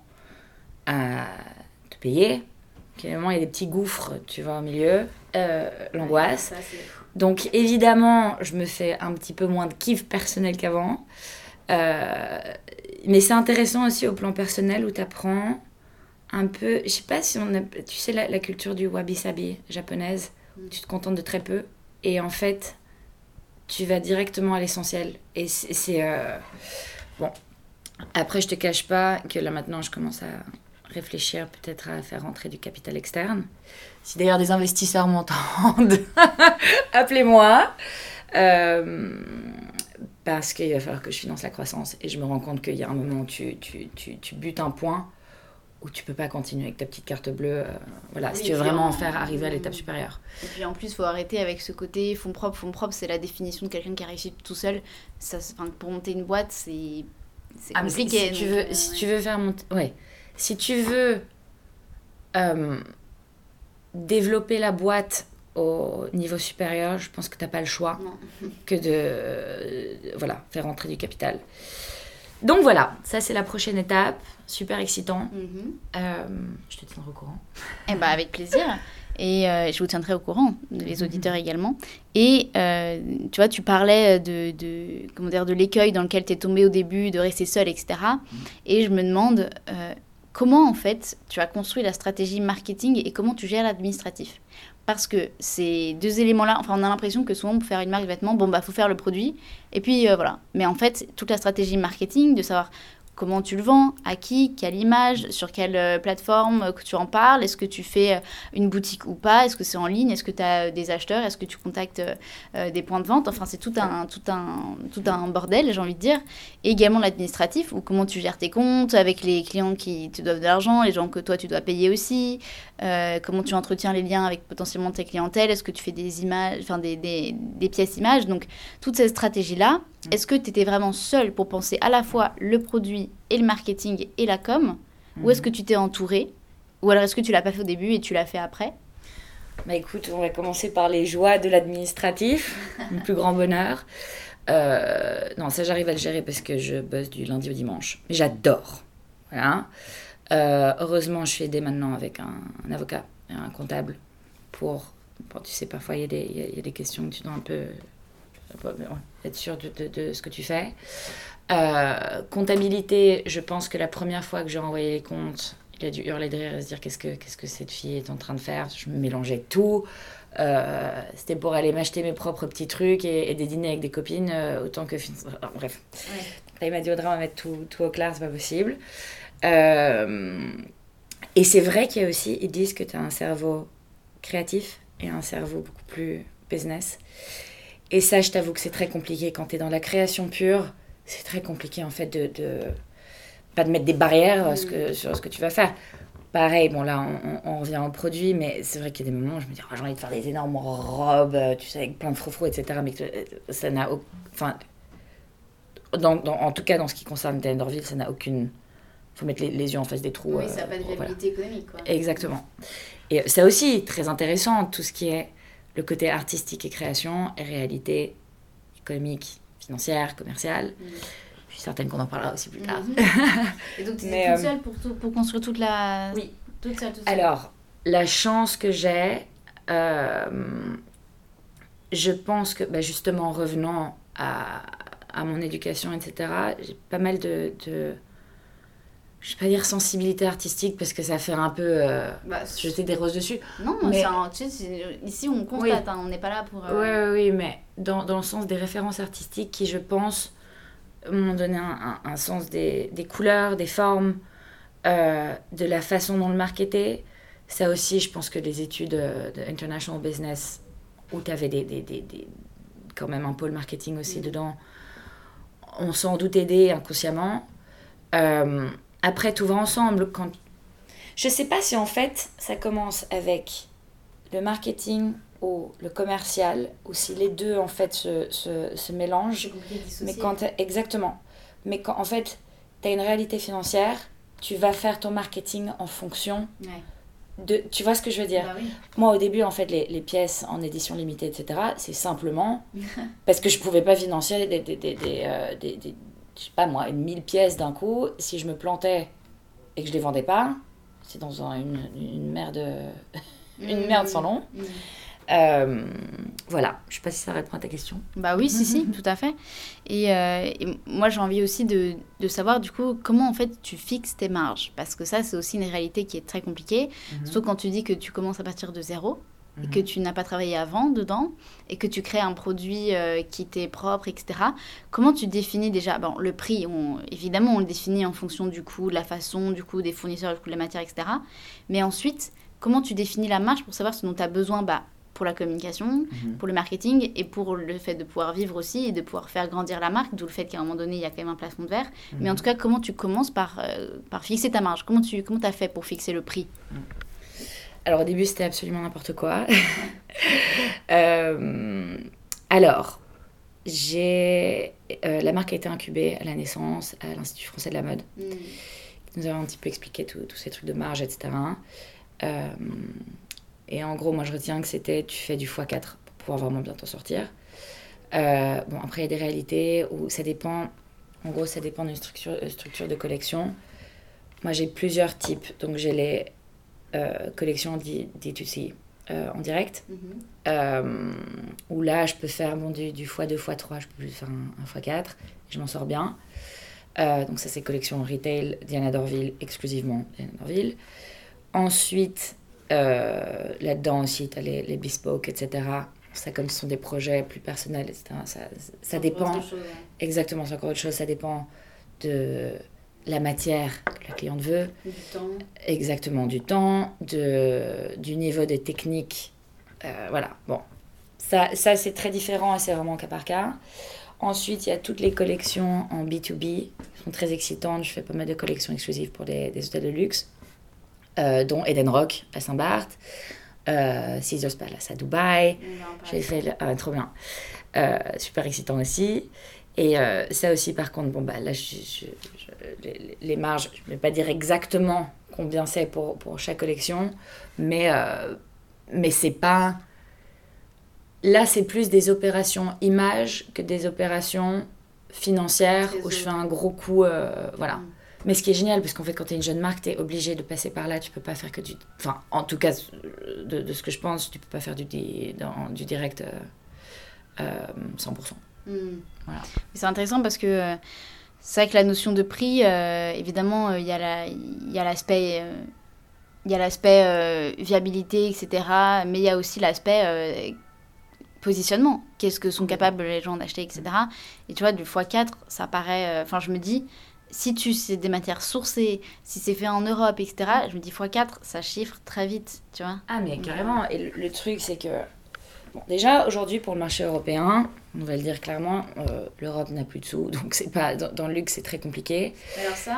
à te payer. À un moment, il y a des petits gouffres, tu vois, au milieu. Euh, l'angoisse. Ouais, ça, donc, évidemment, je me fais un petit peu moins de kiff personnel qu'avant. Euh, mais c'est intéressant aussi au plan personnel où tu apprends un peu, je sais pas si on a, tu sais la, la culture du wabi-sabi japonaise, où tu te contentes de très peu et en fait tu vas directement à l'essentiel et c'est, c'est euh... bon, après je te cache pas que là maintenant je commence à réfléchir peut-être à faire rentrer du capital externe. Si d'ailleurs des investisseurs m'entendent, appelez-moi. euh... Parce qu'il va falloir que je finance la croissance. Et je me rends compte qu'il y a un moment où tu, tu, tu, tu butes un point où tu ne peux pas continuer avec ta petite carte bleue. Euh, voilà, oui, si tu veux vraiment en faire arriver à l'étape supérieure. Et puis en plus, il faut arrêter avec ce côté fonds propres. Fonds propres, c'est la définition de quelqu'un qui a réussi tout seul. Ça, pour monter une boîte, c'est, c'est ah, compliqué. Si, donc, tu veux, euh, si ouais. tu veux faire monter... Ouais. Si tu veux euh, développer la boîte au niveau supérieur, je pense que tu n'as pas le choix non. que de euh, voilà, faire entrer du capital. Donc voilà, ça c'est la prochaine étape, super excitant. Mm-hmm. Euh, je te tiendrai au courant. Eh ben, avec plaisir. Et euh, je vous tiendrai au courant, les auditeurs mm-hmm. également. Et euh, tu vois, tu parlais de, de, comment dire, de l'écueil dans lequel tu es tombée au début, de rester seule, et cetera. Mm-hmm. Et je me demande euh, comment en fait tu as construit la stratégie marketing et comment tu gères l'administratif. Parce que ces deux éléments-là, enfin, on a l'impression que souvent, pour faire une marque de vêtements, bon, bah, faut faire le produit, et puis euh, voilà. Mais en fait, toute la stratégie marketing, de savoir comment tu le vends, à qui, quelle image, sur quelle euh, plateforme euh, que tu en parles, est-ce que tu fais euh, une boutique ou pas, est-ce que c'est en ligne, est-ce que tu as des acheteurs, est-ce que tu contactes euh, des points de vente, enfin, c'est tout un, tout, un, tout un bordel, j'ai envie de dire. Et également l'administratif, ou comment tu gères tes comptes avec les clients qui te doivent de l'argent, les gens que toi, tu dois payer aussi. Euh, comment tu entretiens les liens avec potentiellement tes clientèles, est-ce que tu fais des images, enfin des, des, des pièces images, donc toute cette stratégie-là, mmh. est-ce que tu étais vraiment seule pour penser à la fois le produit et le marketing et la com, mmh. ou est-ce que tu t'es entourée, ou alors est-ce que tu l'as pas fait au début et tu l'as fait après ? Bah écoute, on va commencer par les joies de l'administratif, mon plus grand bonheur. Euh, non, ça j'arrive à le gérer parce que je bosse du lundi au dimanche, mais j'adore, voilà. Euh, heureusement, je suis aidée maintenant avec un, un avocat et un comptable pour, bon, tu sais, parfois il y, y, y a des questions que tu dois un peu être sûr de, de, de ce que tu fais. Euh, comptabilité, je pense que la première fois que j'ai envoyé les comptes, il a dû hurler de rire et se dire qu'est-ce que, qu'est-ce que cette fille est en train de faire. Je me mélangeais tout. Euh, c'était pour aller m'acheter mes propres petits trucs et, et des dîners avec des copines, euh, autant que... Enfin, bref. Ouais. Là, il m'a dit Audrey, on va mettre tout, tout au clair, c'est pas possible. Euh, et c'est vrai qu'il y a aussi, ils disent que tu as un cerveau créatif et un cerveau beaucoup plus business. Et ça, je t'avoue que c'est très compliqué. Quand tu es dans la création pure, c'est très compliqué en fait de, de, pas de mettre des barrières mmh. ce que, sur ce que tu vas faire. Pareil, bon là, on, on, on revient au produit, mais c'est vrai qu'il y a des moments où je me dis, oh, j'ai envie de faire des énormes robes, tu sais, avec plein de froufrous, et cetera. Mais ça n'a aucun... Enfin, dans, dans, en tout cas, dans ce qui concerne Diane d'Orville, ça n'a aucune... Il faut mettre les, les yeux en face des trous. Oui, euh, ça n'a pas de viabilité voilà. économique, quoi. Exactement. Et ça aussi, très intéressant, tout ce qui est le côté artistique et création et réalité économique, financière, commerciale. Mmh. Je suis certaine qu'on en parlera aussi plus tard. Mmh. Et donc, tu es toute seule pour, tout, pour construire toute la... Oui. Toute seule, toute seule. Alors, la chance que j'ai, euh, je pense que, bah, justement, revenant à, à mon éducation, et cetera, j'ai pas mal de... de je vais pas dire sensibilité artistique parce que ça fait un peu euh, bah, jeter des roses dessus. Non, mais un, tu sais, ici on constate, oui. hein, on n'est pas là pour... Euh... Oui, oui, mais dans, dans le sens des références artistiques qui, je pense, m'ont donné un, un, un sens des, des couleurs, des formes, euh, de la façon dont le marketer. Ça aussi, je pense que les études de International Business, où tu avais des, des, des, des, quand même un pôle marketing aussi mmh. dedans, ont sans doute aidé inconsciemment. Euh, Après, tout va ensemble. Quand... Je ne sais pas si, en fait, ça commence avec le marketing ou le commercial, ou si les deux, en fait, se, se, se mélangent. Mais quand exactement. Mais quand, en fait, tu as une réalité financière, tu vas faire ton marketing en fonction ouais. de... Tu vois ce que je veux dire ? Bah oui. Moi, au début, en fait, les, les pièces en édition limitée, et cetera, c'est simplement parce que je ne pouvais pas financer des... des, des, des, euh, des, des je sais pas moi, mille pièces d'un coup, si je me plantais et que je les vendais pas, c'est dans un, une, une merde, une mmh. merde sans nom. Mmh. Euh, voilà, je sais pas si ça répond à ta question. Bah oui, si, si, tout à fait. Et, euh, et moi, j'ai envie aussi de, de savoir, du coup, comment, en fait, tu fixes tes marges. Parce que ça, c'est aussi une réalité qui est très compliquée. Mmh. Surtout quand tu dis que tu commences à partir de zéro. Et que tu n'as pas travaillé avant dedans, et que tu crées un produit euh, qui t'est propre, et cetera. Comment tu définis déjà bon, le prix, on, évidemment, on le définit en fonction du coût, de la façon, du coût des fournisseurs, du coût de la matière, et cetera. Mais ensuite, comment tu définis la marge pour savoir ce dont tu as besoin bah, pour la communication, mm-hmm. pour le marketing, et pour le fait de pouvoir vivre aussi, et de pouvoir faire grandir la marque, d'où le fait qu'à un moment donné, il y a quand même un plafond de verre. Mm-hmm. Mais en tout cas, comment tu commences par, euh, par fixer ta marge ? Comment tu comment t'as fait pour fixer le prix ? mm. Alors, au début, c'était absolument n'importe quoi. euh, alors, j'ai, euh, la marque a été incubée à la naissance à l'Institut français de la mode. Mm. Qui nous avait un petit peu expliqué tous ces trucs de marge, et cetera. Euh, et en gros, moi, je retiens que c'était tu fais du fois quatre pour pouvoir vraiment bien t'en sortir. Euh, bon, après, il y a des réalités où ça dépend... En gros, ça dépend d'une structure, structure de collection. Moi, j'ai plusieurs types. Donc, j'ai les... Euh, collection D deux C euh, en direct mm-hmm. euh, où là je peux faire bon, du, du fois deux, fois trois, je peux plus faire un, un fois quatre, je m'en sors bien. Euh, donc ça c'est collection retail Diana d'Orville, exclusivement Diana d'Orville. Ensuite euh, là-dedans aussi tu as les, les bespoke, et cetera. Ça, comme ce sont des projets plus personnels, et cetera, ça, ça dépend chose, ouais. Exactement, c'est encore autre chose, ça dépend de la matière que la cliente veut. Du temps. Exactement, du temps, de, du niveau des techniques. Euh, voilà, bon. Ça, ça, c'est très différent et c'est vraiment cas par cas. Ensuite, il y a toutes les collections en B deux B qui sont très excitantes. Je fais pas mal de collections exclusives pour des, des hôtels de luxe, euh, dont Eden Rock à Saint-Barth, euh, Caesars Palace à Dubaï. J'ai fait... Euh, trop bien. Euh, super excitant aussi. Et euh, ça aussi, par contre, bon, bah, là, je, je, je, les, les marges, je ne vais pas dire exactement combien c'est pour, pour chaque collection, mais, euh, mais c'est pas... Là, c'est plus des opérations images que des opérations financières Trésor. Où je fais un gros coup, euh, voilà. Mm. Mais ce qui est génial, parce qu'en fait, quand tu es une jeune marque, tu es obligé de passer par là, tu peux pas faire que du... Enfin, en tout cas, de, de ce que je pense, tu peux pas faire du, dans, du direct euh, euh, cent pour cent. Mmh. Voilà. C'est intéressant parce que euh, c'est vrai que la notion de prix, euh, évidemment, il euh, y, y a l'aspect, euh, y a l'aspect euh, viabilité, et cetera. Mais il y a aussi l'aspect euh, positionnement. Qu'est-ce que sont capables les gens d'acheter, et cetera. Et tu vois, du fois quatre, ça paraît... Enfin, euh, je me dis, si tu c'est des matières sourcées, si c'est fait en Europe, et cetera, je me dis fois quatre, ça chiffre très vite, tu vois. Ah, mais carrément. Et le, le truc, c'est que... Bon, déjà, aujourd'hui, pour le marché européen, on va le dire clairement, euh, l'Europe n'a plus de sous, donc c'est pas, dans, dans le luxe, c'est très compliqué. Alors ça,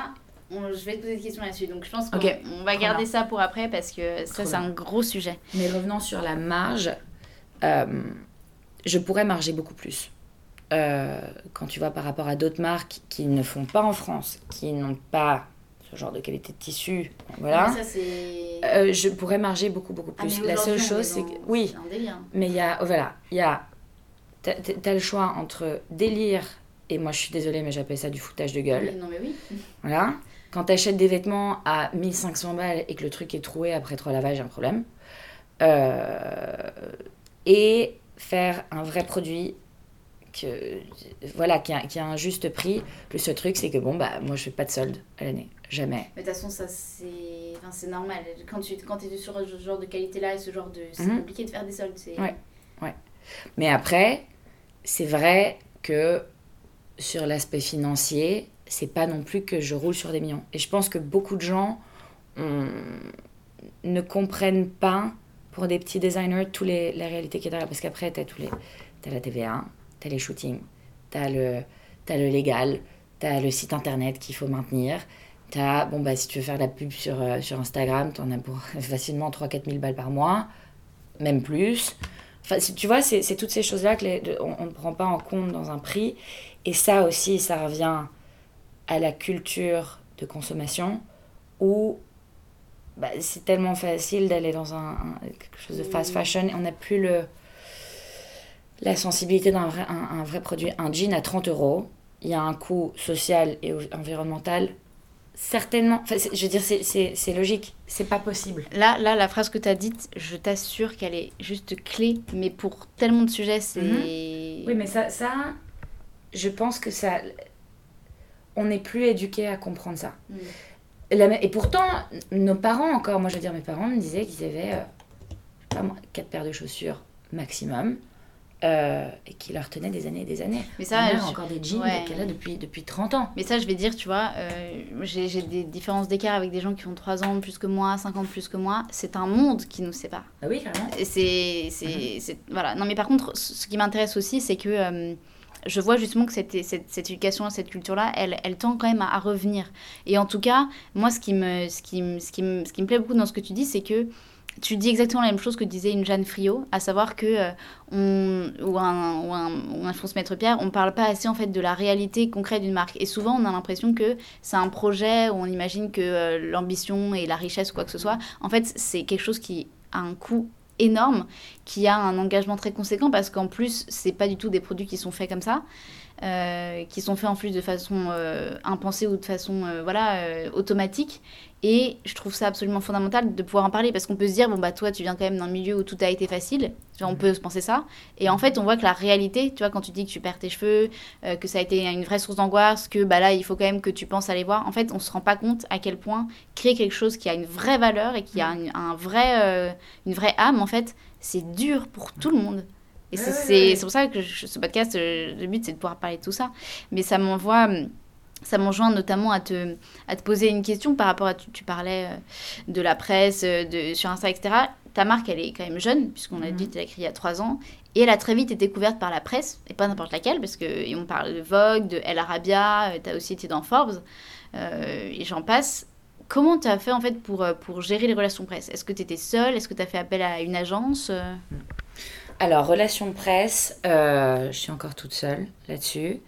on, je vais te poser des questions là-dessus. Donc, je pense qu'on okay. on va garder ça pour après parce que ça, Trop c'est bien. un gros sujet. Mais revenons sur la marge, euh, je pourrais marger beaucoup plus. Euh, quand tu vois par rapport à d'autres marques qui ne font pas en France, qui n'ont pas ce genre de qualité de tissu, voilà. Mais ça, c'est... Euh, je pourrais marger beaucoup, beaucoup plus. Ah, la seule chose, c'est que... Oui, c'est un délire. mais il y a... Voilà, il y a... T'as, t'as le choix entre délire, et moi je suis désolée, mais j'appelle ça du foutage de gueule. Oui, non, mais oui. Voilà. Quand t'achètes des vêtements à mille cinq cents balles et que le truc est troué après trois lavages, il y a un problème. Euh... Et faire un vrai produit que, voilà, qui, a, qui a un juste prix. Le seul truc, c'est que bon, bah, moi je fais pas de solde à l'année. Jamais. Mais de toute façon, ça c'est, enfin, c'est normal. Quand tu quand es sur ce genre de qualité-là et ce genre de. C'est mm-hmm. compliqué de faire des soldes. C'est... Ouais, ouais. Mais après, c'est vrai que sur l'aspect financier, c'est pas non plus que je roule sur des millions. Et je pense que beaucoup de gens on, ne comprennent pas, pour des petits designers, toutes les, les réalités qu'il y a derrière. Parce qu'après, t'as, tous les, t'as la T V A, t'as les shootings, t'as le, t'as le légal, t'as le site internet qu'il faut maintenir. T'as, bon, bah, si tu veux faire de la pub sur, euh, sur Instagram, t'en as pour facilement trois à quatre mille balles par mois, même plus. Enfin, tu vois, c'est, c'est toutes ces choses-là qu'on ne prend pas en compte dans un prix. Et ça aussi, ça revient à la culture de consommation où bah, c'est tellement facile d'aller dans un, un, quelque chose de fast fashion et on n'a plus le, la sensibilité d'un vrai, un, un vrai produit. Un jean à trente euros, il y a un coût social et environnemental. Certainement, enfin, je veux dire, c'est, c'est, c'est logique, c'est pas possible. Là, là, la phrase que tu as dite, je t'assure qu'elle est juste clé, mais pour tellement de sujets, c'est... Mm-hmm. Oui, mais ça, ça, je pense que ça... On n'est plus éduqués à comprendre ça. Mm. La, et pourtant, nos parents encore, moi je veux dire, mes parents me disaient qu'ils avaient, euh, je sais pas moi, quatre paires de chaussures maximum. Euh, et qui leur tenait des années et des années. Mais ça, on a je... encore des jeans ouais. qu'elle a depuis, depuis trente ans. Mais ça, je vais dire, tu vois, euh, j'ai, j'ai des différences d'écart avec des gens qui ont trois ans plus que moi, cinq ans plus que moi. C'est un monde qui nous sépare. Ah oui, carrément. Et c'est, c'est, mm-hmm. c'est... Voilà. Non, mais par contre, ce qui m'intéresse aussi, c'est que euh, je vois justement que cette, cette, cette éducation, cette culture-là, elle, elle tend quand même à, à revenir. Et en tout cas, moi, ce qui me, ce qui me, ce qui me, ce qui me plaît beaucoup dans ce que tu dis, c'est que tu dis exactement la même chose que disait une Jeanne Friot, à savoir que euh, on ou un ou un ou un Alphonse Maître-Pierre, on parle pas assez en fait de la réalité concrète d'une marque. Et souvent, on a l'impression que c'est un projet où on imagine que euh, l'ambition et la richesse ou quoi que ce soit, en fait, c'est quelque chose qui a un coût énorme, qui a un engagement très conséquent parce qu'en plus, c'est pas du tout des produits qui sont faits comme ça. Euh, qui sont faits en plus de façon euh, impensée ou de façon euh, voilà, euh, automatique. Et je trouve ça absolument fondamental de pouvoir en parler parce qu'on peut se dire, bon bah toi tu viens quand même d'un milieu où tout a été facile, on peut se penser ça. Et en fait on voit que la réalité, tu vois, quand tu dis que tu perds tes cheveux, euh, que ça a été une vraie source d'angoisse, que bah là il faut quand même que tu penses à les voir, en fait on se rend pas compte à quel point créer quelque chose qui a une vraie valeur et qui a une, un vrai, euh, une vraie âme, en fait, c'est dur pour tout le monde. Et c'est, c'est, c'est pour ça que je, ce podcast, le but, c'est de pouvoir parler de tout ça. Mais ça m'envoie, ça m'enjoint notamment à te, à te poser une question par rapport à... Tu, tu parlais de la presse, de, sur Insta, et cetera. Ta marque, elle est quand même jeune, puisqu'on a dit que tu l'as créée il y a trois ans. Et elle a très vite été couverte par la presse, et pas n'importe laquelle, parce qu'on parle de Vogue, de Elle Arabia, tu as aussi été dans Forbes, euh, et j'en passe. Comment tu as fait, en fait, pour, pour gérer les relations presse ? Est-ce que tu étais seule ? Est-ce que tu as fait appel à une agence ? Alors, relations presse, euh, je suis encore toute seule là-dessus.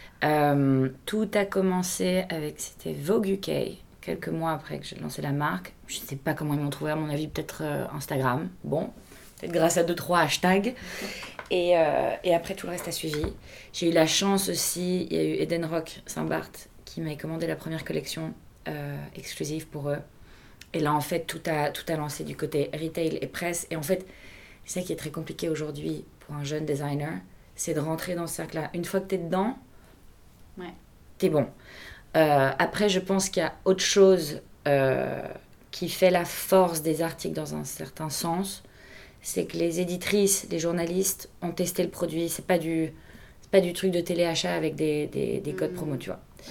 Euh, tout a commencé avec, c'était Vogue U K, quelques mois après que j'ai lancé la marque. Je ne sais pas comment ils m'ont trouvé, à mon avis, peut-être euh, Instagram. Bon, peut-être grâce à deux, trois hashtags. Et, euh, et après, tout le reste a suivi. J'ai eu la chance aussi, il y a eu Eden Rock Saint-Barth qui m'a commandé la première collection euh, exclusive pour eux. Et là, en fait, tout a, tout a lancé du côté retail et presse. Et en fait, c'est ça qui est très compliqué aujourd'hui pour un jeune designer, c'est de rentrer dans ce cercle-là. Une fois que t'es dedans, ouais. t'es bon. Euh, après, je pense qu'il y a autre chose euh, qui fait la force des articles dans un certain sens, c'est que les éditrices, les journalistes ont testé le produit. C'est pas du, c'est pas du truc de téléachat avec des, des, des codes mmh. promo, tu vois. Ouais.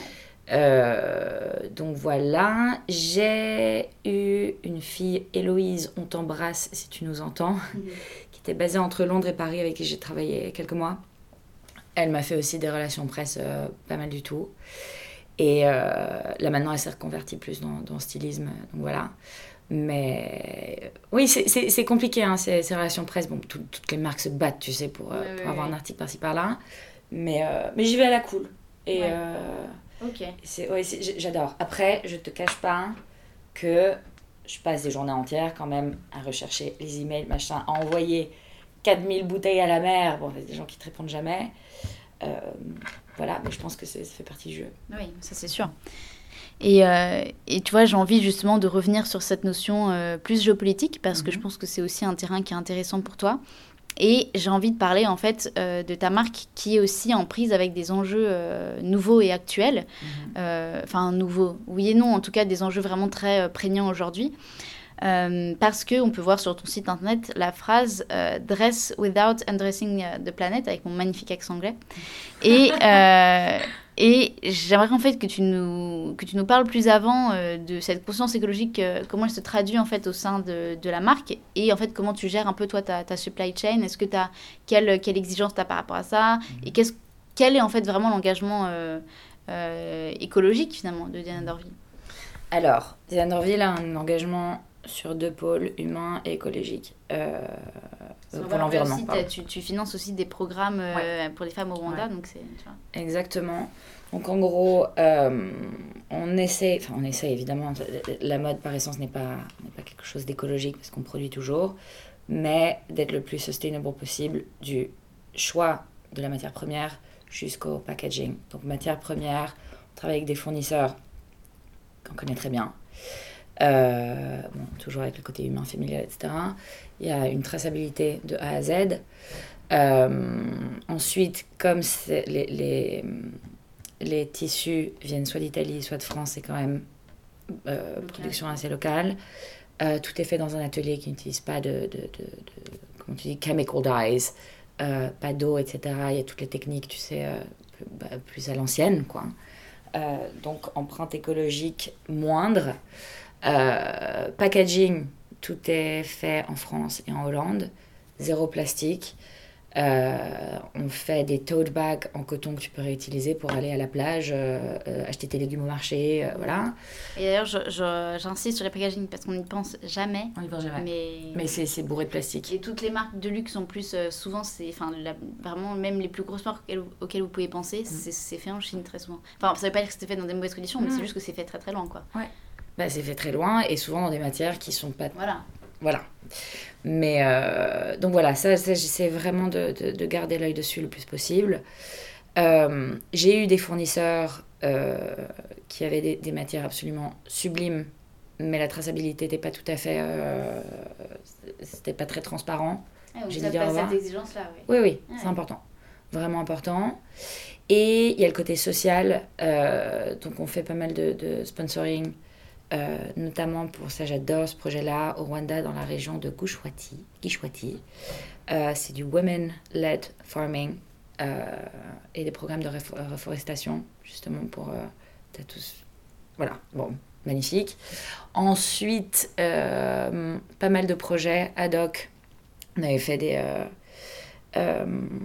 Euh, donc voilà, j'ai eu une fille, Héloïse, on t'embrasse si tu nous entends, mmh. qui était basée entre Londres et Paris, avec qui j'ai travaillé quelques mois. Elle m'a fait aussi des relations presse, euh, pas mal du tout. Et euh, là, maintenant, elle s'est reconvertie plus dans, dans le stylisme. Donc voilà. Mais oui, c'est, c'est, c'est compliqué, hein, ces, ces relations presse. Bon, tout, toutes les marques se battent, tu sais, pour, euh, ouais, pour ouais, avoir ouais. un article par-ci par-là. Mais, euh, mais j'y vais à la cool. Et Ouais. euh, Ok. c'est, ouais, c'est, j'adore. Après, je te cache pas que je passe des journées entières quand même à rechercher les emails, machin, à envoyer quatre mille bouteilles à la mer. Bon, il y a des gens qui te répondent jamais. Euh, voilà, mais je pense que c'est, ça fait partie du jeu. Oui, ça c'est sûr. Et, euh, et tu vois, j'ai envie justement de revenir sur cette notion euh, plus géopolitique parce mm-hmm. que je pense que c'est aussi un terrain qui est intéressant pour toi. Et j'ai envie de parler en fait euh, de ta marque qui est aussi en prise avec des enjeux euh, nouveaux et actuels. Mm-hmm. Euh, enfin, nouveaux, oui et non, en tout cas des enjeux vraiment très euh, prégnants aujourd'hui. Euh, parce qu'on peut voir sur ton site internet la phrase euh, « Dress without undressing the planet » avec mon magnifique accent anglais. Et, euh, et j'aimerais en fait que tu nous, que tu nous parles plus avant euh, de cette conscience écologique, euh, comment elle se traduit en fait au sein de, de la marque et en fait comment tu gères un peu toi ta, ta supply chain. Est-ce que tu as, quelle, quelle exigence tu as par rapport à ça et qu'est-ce, quel est en fait vraiment l'engagement euh, euh, écologique finalement de Diana d'Orville? Alors, Diana d'Orville a un engagement sur deux pôles, humain et écologique, euh, pour l'environnement. Aussi, tu, tu finances aussi des programmes euh, ouais. pour les femmes au Rwanda, ouais. donc c'est... Tu vois. Exactement. Donc en gros, euh, on essaie, enfin on essaie évidemment, la mode par essence n'est pas, n'est pas quelque chose d'écologique parce qu'on produit toujours, mais d'être le plus sustainable possible du choix de la matière première jusqu'au packaging. Donc matière première, on travaille avec des fournisseurs qu'on connaît très bien. Euh, bon, toujours avec le côté humain, familial, et cetera. Il y a une traçabilité de A à Z. Euh, ensuite, comme c'est les, les, les tissus viennent soit d'Italie, soit de France, c'est quand même euh, okay. production assez locale. Euh, tout est fait dans un atelier qui n'utilise pas de, de, de, de comment tu dis, chemical dyes, euh, pas d'eau, et cetera. Il y a toutes les techniques, tu sais, euh, plus, bah, plus à l'ancienne, quoi. Euh, donc, empreinte écologique moindre. Euh, packaging, tout est fait en France et en Hollande, zéro plastique. Euh, on fait des tote bags en coton que tu peux réutiliser pour aller à la plage, euh, euh, acheter tes légumes au marché, euh, voilà. Et d'ailleurs, je, je, j'insiste sur les packaging parce qu'on n'y pense jamais. On n'y pense jamais. Mais, mais c'est, c'est bourré de plastique. Et toutes les marques de luxe en plus, euh, souvent, c'est, enfin, la, vraiment, même les plus grosses marques auxquelles, auxquelles vous pouvez penser, mm. c'est, c'est fait en Chine très souvent. Enfin, ça ne veut pas dire que c'était fait dans des mauvaises conditions, mm. mais c'est juste que c'est fait très très loin, quoi. Ouais. Bah, c'est fait très loin et souvent dans des matières qui sont pas... Voilà. Voilà. Mais euh, donc voilà, ça, ça j'essaie vraiment de, de, de garder l'œil dessus le plus possible. Euh, j'ai eu des fournisseurs euh, qui avaient des, des matières absolument sublimes, mais la traçabilité n'était pas tout à fait... Euh, c'était pas très transparent. Ah, j'ai dit pas cette exigence-là, oui. Oui, oui, ah, c'est ouais. important. Vraiment important. Et il y a le côté social. Euh, donc on fait pas mal de, de sponsoring. Euh, notamment pour ça, j'adore ce projet-là au Rwanda, dans la région de Gishwati. Gishwati. Euh, c'est du women-led farming euh, et des programmes de réf- reforestation, justement pour euh, t'as tous. Voilà, bon, magnifique. Ensuite, euh, pas mal de projets ad hoc. On avait fait des euh, euh,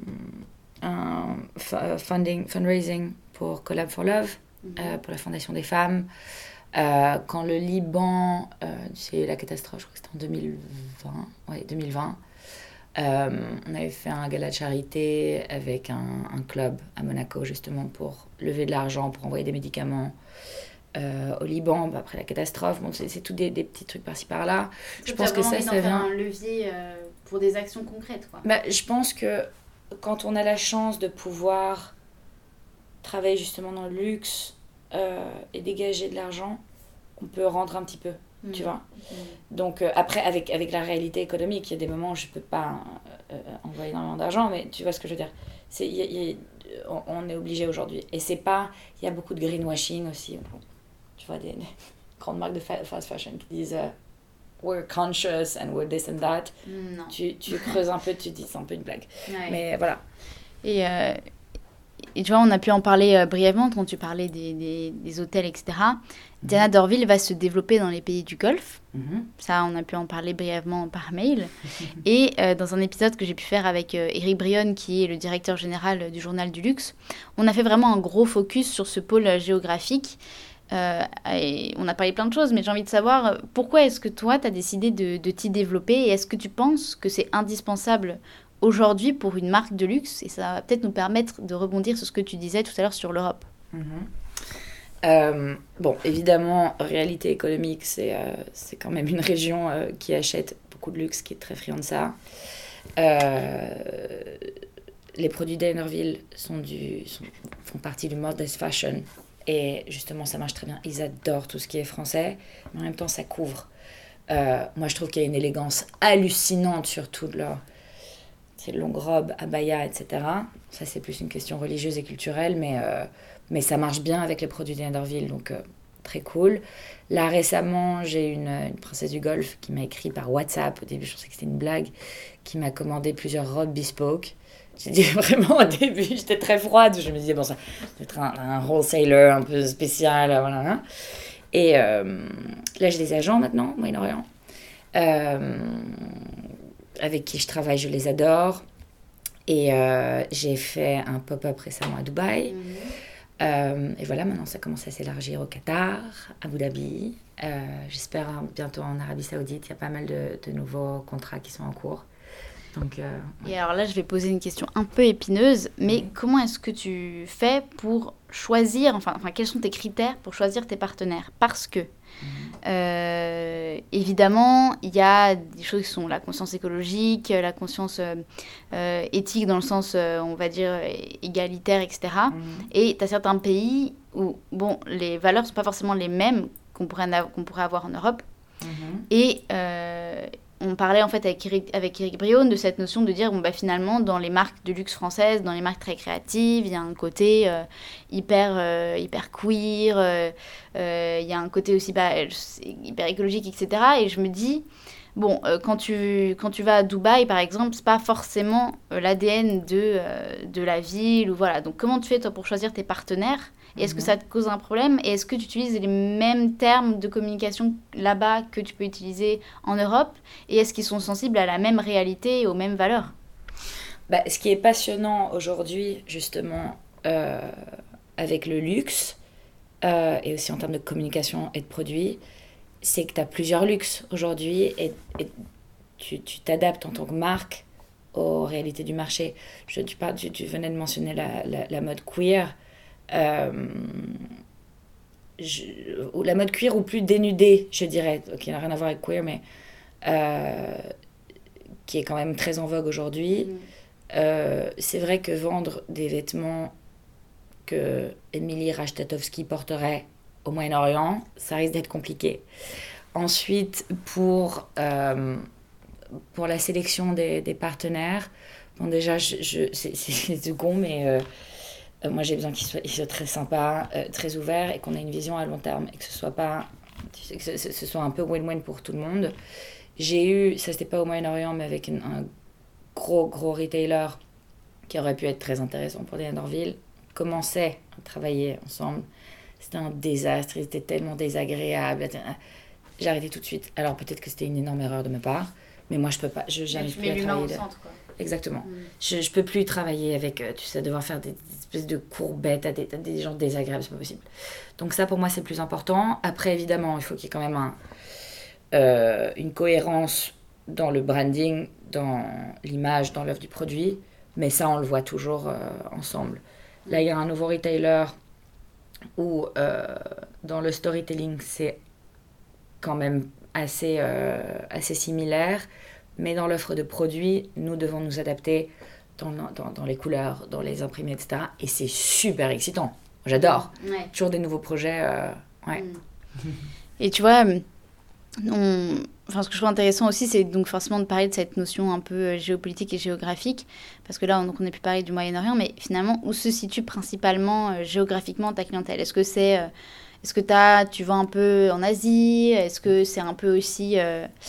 un funding, fundraising pour Collab for Love, mm-hmm. euh, pour la Fondation des femmes. Euh, quand le Liban, euh, c'est la catastrophe, je crois que c'était en deux mille vingt, ouais, deux mille vingt, euh, on avait fait un gala de charité avec un, un club à Monaco, justement, pour lever de l'argent, pour envoyer des médicaments euh, au Liban, bah, après la catastrophe. Bon, c'est, c'est tout des, des petits trucs par-ci par-là. Donc, je pense que ça, ça vient... un levier euh, pour des actions concrètes, quoi. Bah, je pense que quand on a la chance de pouvoir travailler justement dans le luxe, Euh, et dégager de l'argent, on peut rendre un petit peu, mmh. tu vois. Mmh. Donc euh, après, avec, avec la réalité économique, il y a des moments où je ne peux pas euh, envoyer énormément d'argent, mais tu vois ce que je veux dire. C'est, y a, y a, on, on est obligé aujourd'hui. Et c'est pas... Il y a beaucoup de greenwashing aussi. Tu vois, des, des grandes marques de fast fashion qui disent euh, « we're conscious and we're this and that ». Non. Tu, tu creuses un peu, tu dis c'est un peu une blague. Ouais. Mais voilà. Et... Euh... et tu vois, on a pu en parler euh, brièvement quand tu parlais des, des, des hôtels, et cetera. Diana d'Orville va se développer dans les pays du Golfe. Mm-hmm. Ça, on a pu en parler brièvement par mail. Et euh, dans un épisode que j'ai pu faire avec euh, Éric Brionne, qui est le directeur général du Journal du Luxe, on a fait vraiment un gros focus sur ce pôle géographique. Euh, et on a parlé plein de choses, mais j'ai envie de savoir pourquoi est-ce que toi, tu as décidé de, de t'y développer et est-ce que tu penses que c'est indispensable aujourd'hui pour une marque de luxe? Et ça va peut-être nous permettre de rebondir sur ce que tu disais tout à l'heure sur l'Europe. Mm-hmm. Euh, bon, évidemment, réalité économique, c'est, euh, c'est quand même une région euh, qui achète beaucoup de luxe, qui est très friand de ça. Euh, les produits d'Hainerville sont du, sont, font partie du modest fashion. Et justement, ça marche très bien. Ils adorent tout ce qui est français, mais en même temps, ça couvre. Euh, moi, je trouve qu'il y a une élégance hallucinante sur toute leur longue robe, abaya, et cetera. Ça, c'est plus une question religieuse et culturelle, mais, euh, mais ça marche bien avec les produits d'Hainerville, donc euh, très cool. Là, récemment, j'ai une, une princesse du Golfe qui m'a écrit par WhatsApp. Au début, je pensais que c'était une blague, qui m'a commandé plusieurs robes bespoke. J'ai dit vraiment au début, j'étais très froide. Je me disais, bon, ça doit être un, un wholesaler un peu spécial. Voilà. Et euh, là, j'ai des agents maintenant, au Moyen-Orient, euh, avec qui je travaille, je les adore. Et euh, j'ai fait un pop-up récemment à Dubaï. Mmh. Euh, et voilà, maintenant, ça commence à s'élargir au Qatar, à Abu Dhabi. Euh, j'espère bientôt en Arabie Saoudite. Il y a pas mal de, de nouveaux contrats qui sont en cours. Donc, euh, ouais. Et alors là, je vais poser une question un peu épineuse, mais mmh. comment est-ce que tu fais pour choisir, enfin, enfin, quels sont tes critères pour choisir tes partenaires? Parce que, mmh. euh, évidemment, il y a des choses qui sont la conscience écologique, la conscience euh, euh, éthique dans le sens, euh, on va dire, égalitaire, et cetera. Mmh. Et tu as certains pays où, bon, les valeurs ne sont pas forcément les mêmes qu'on pourrait, qu'on pourrait avoir en Europe. Mmh. Et... Euh, on parlait en fait avec Éric, avec Éric Brionne de cette notion de dire bon bah finalement dans les marques de luxe françaises, dans les marques très créatives, il y a un côté euh, hyper euh, hyper queer, il euh, euh, y a un côté aussi bah, hyper écologique, et cetera. Et je me dis bon euh, quand tu quand tu vas à Dubaï par exemple, c'est pas forcément euh, l'A D N de euh, de la ville ou voilà. Donc comment tu fais toi pour choisir tes partenaires? Et est-ce que ça te cause un problème? Et est-ce que tu utilises les mêmes termes de communication là-bas que tu peux utiliser en Europe? Et est-ce qu'ils sont sensibles à la même réalité et aux mêmes valeurs? Bah, ce qui est passionnant aujourd'hui, justement, euh, avec le luxe, euh, et aussi en termes de communication et de produits, c'est que tu as plusieurs luxes aujourd'hui et, et tu, tu t'adaptes en tant que marque aux réalités du marché. Je, tu, parles, tu, tu venais de mentionner la, la, la mode queer. Euh, je, ou la mode queer ou plus dénudée, je dirais, qui n'a rien à voir avec queer, mais euh, qui est quand même très en vogue aujourd'hui. Mmh. Euh, c'est vrai que vendre des vêtements que Emily Ratajkowski porterait au Moyen-Orient, ça risque d'être compliqué. Ensuite, pour, euh, pour la sélection des, des partenaires, bon déjà, je, je, c'est, c'est tout con, mais... Euh, Euh, moi, j'ai besoin qu'ils soient, ils soient très sympas, euh, très ouverts et qu'on ait une vision à long terme et que ce soit pas, tu sais, que ce, ce soit un peu win-win pour tout le monde. J'ai eu, ça c'était pas au Moyen-Orient, mais avec une, un gros, gros retailer qui aurait pu être très intéressant pour Hainerville. On commençait à travailler ensemble. C'était un désastre, il était tellement désagréable. J'ai arrêté tout de suite. Alors peut-être que c'était une énorme erreur de ma part, mais moi je peux pas, je j'arrive plus à travailler. Au centre, quoi. Exactement. Mmh. Je ne peux plus travailler avec, tu sais, devoir faire des, des espèces de courbettes à des, à des gens désagréables, c'est pas possible. Donc ça, pour moi, c'est le plus important. Après, évidemment, il faut qu'il y ait quand même un, euh, une cohérence dans le branding, dans l'image, dans l'œuvre du produit. Mais ça, on le voit toujours euh, ensemble. Mmh. Là, il y a un nouveau retailer où, euh, dans le storytelling, c'est quand même assez, euh, assez similaire. Mais dans l'offre de produits, nous devons nous adapter dans, dans, dans les couleurs, dans les imprimés, et cetera. Et c'est super excitant. J'adore. Ouais. Toujours des nouveaux projets. Euh, ouais. Mm. Et tu vois, on... enfin, ce que je trouve intéressant aussi, c'est donc forcément de parler de cette notion un peu géopolitique et géographique. Parce que là, on, donc, on a pu parler du Moyen-Orient, mais finalement, où se situe principalement euh, géographiquement ta clientèle? Est-ce que c'est... Euh, est-ce que t'as, tu vas un peu en Asie? Est-ce que c'est un peu aussi... Euh,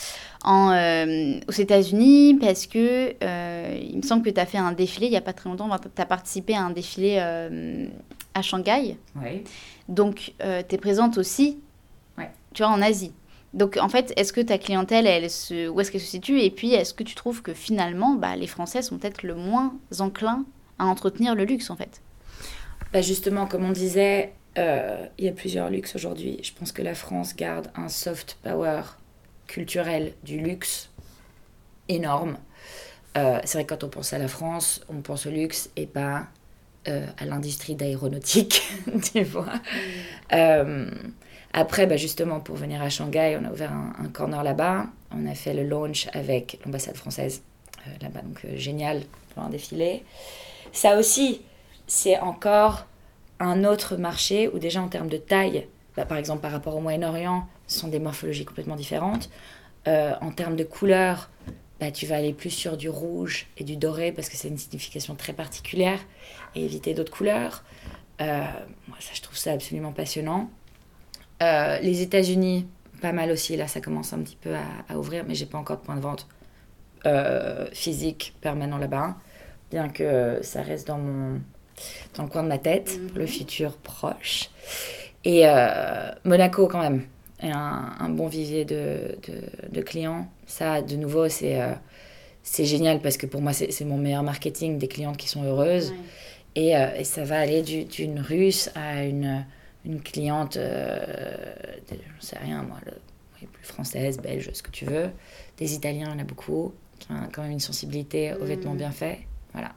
en, euh, aux États-Unis parce que euh, il me semble que tu as fait un défilé il n'y a pas très longtemps, tu as participé à un défilé euh, à Shanghai. Oui. Donc, euh, tu es présente aussi, ouais. tu vois, en Asie. Donc, en fait, est-ce que ta clientèle, elle se, où est-ce qu'elle se situe? Et puis, est-ce que tu trouves que finalement, bah, les Français sont peut-être le moins enclins à entretenir le luxe, en fait? Bah justement, comme on disait, euh, il y a plusieurs luxes aujourd'hui. Je pense que la France garde un soft power culturel du luxe énorme. Euh, c'est vrai que quand on pense à la France, on pense au luxe et pas euh, à l'industrie d'aéronautique, tu vois. Euh, après, bah justement, pour venir à Shanghai, on a ouvert un, un corner là-bas. On a fait le launch avec l'ambassade française euh, là-bas, donc euh, génial pour un défilé. Ça aussi, c'est encore un autre marché où déjà en termes de taille, bah, par exemple par rapport au Moyen-Orient, ce sont des morphologies complètement différentes. Euh, en termes de couleur, bah, tu vas aller plus sur du rouge et du doré parce que c'est une signification très particulière et éviter d'autres couleurs. Euh, moi, ça, je trouve ça absolument passionnant. Euh, les États-Unis, pas mal aussi. Là, ça commence un petit peu à, à ouvrir, mais j'ai pas encore de point de vente euh, physique permanent là-bas, bien que ça reste dans mon dans le coin de ma tête mm-hmm. pour le futur proche. Et euh, Monaco quand même est un, un bon vivier de, de, de clients. Ça, de nouveau, c'est euh, c'est génial parce que pour moi, c'est, c'est mon meilleur marketing, des clientes qui sont heureuses. Ouais. Et, euh, et ça va aller du, d'une Russe à une une cliente, euh, de, je sais rien moi, le, plus française, belge, ce que tu veux. Des Italiens, il y en a beaucoup, qui ont quand même une sensibilité aux mmh. vêtements bien faits. Voilà.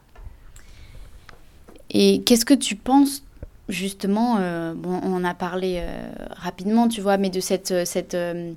Et qu'est-ce que tu penses, justement, euh, bon, on en a parlé euh, rapidement, tu vois, mais de cette... cette euh,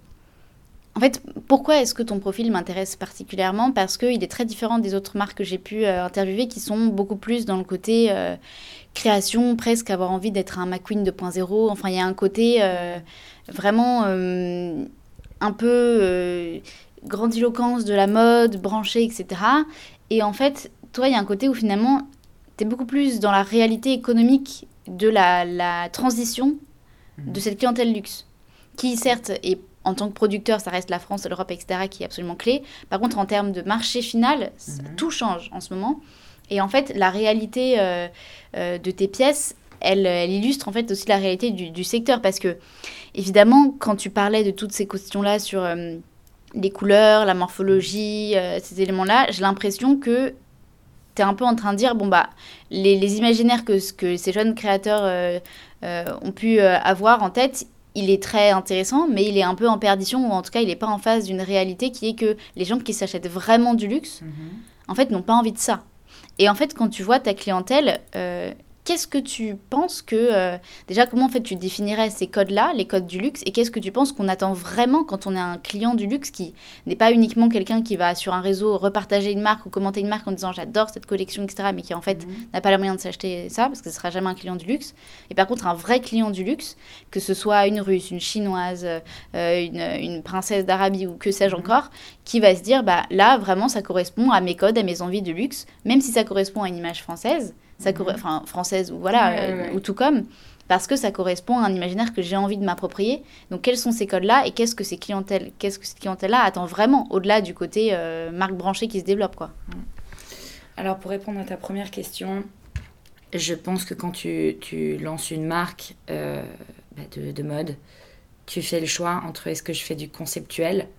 en fait, pourquoi est-ce que ton profil m'intéresse particulièrement? Parce qu'il est très différent des autres marques que j'ai pu euh, interviewer qui sont beaucoup plus dans le côté euh, création, presque avoir envie d'être un McQueen deux point zéro. Enfin, il y a un côté euh, vraiment euh, un peu euh, grandiloquence de la mode, branché, et cetera. Et en fait, toi, il y a un côté où finalement, tu es beaucoup plus dans la réalité économique de la, la transition de cette clientèle luxe, qui certes est en tant que producteur, ça reste la France, l'Europe, et cetera, qui est absolument clé. Par contre, en termes de marché final, mm-hmm. tout change en ce moment. Et en fait, la réalité euh, euh, de tes pièces, elle, elle illustre en fait aussi la réalité du, du secteur. Parce que, évidemment, quand tu parlais de toutes ces questions-là sur euh, les couleurs, la morphologie, euh, ces éléments-là, j'ai l'impression que tu es un peu en train de dire, bon, bah, les, les imaginaires que, que ces jeunes créateurs euh, euh, ont pu euh, avoir en tête, il est très intéressant, mais il est un peu en perdition, ou en tout cas, il n'est pas en face d'une réalité qui est que les gens qui s'achètent vraiment du luxe, mm-hmm. en fait, n'ont pas envie de ça. Et en fait, quand tu vois ta clientèle, euh, qu'est-ce que tu penses que... Euh, déjà, comment en fait, tu définirais ces codes-là, les codes du luxe, et qu'est-ce que tu penses qu'on attend vraiment quand on est un client du luxe qui n'est pas uniquement quelqu'un qui va sur un réseau repartager une marque ou commenter une marque en disant « j'adore cette collection, et cetera » mais qui en fait mmh. n'a pas la moyen de s'acheter ça, parce que ce ne sera jamais un client du luxe. Et par contre, un vrai client du luxe, que ce soit une Russe, une Chinoise, euh, une, une princesse d'Arabie ou que sais-je mmh. encore, qui va se dire bah, « là, vraiment, ça correspond à mes codes, à mes envies de luxe, même si ça correspond à une image française. » Ça cor- enfin, française ou voilà, ouais, ouais, ouais. Euh, ou tout comme, parce que ça correspond à un imaginaire que j'ai envie de m'approprier. Donc, quels sont ces codes-là et qu'est-ce que ces clientèles, qu'est-ce que cette clientèle-là attend vraiment, au-delà du côté euh, marque branchée qui se développe, quoi. Alors, pour répondre à ta première question, je pense que quand tu, tu lances une marque euh, bah de, de mode, tu fais le choix entre est-ce que je fais du conceptuel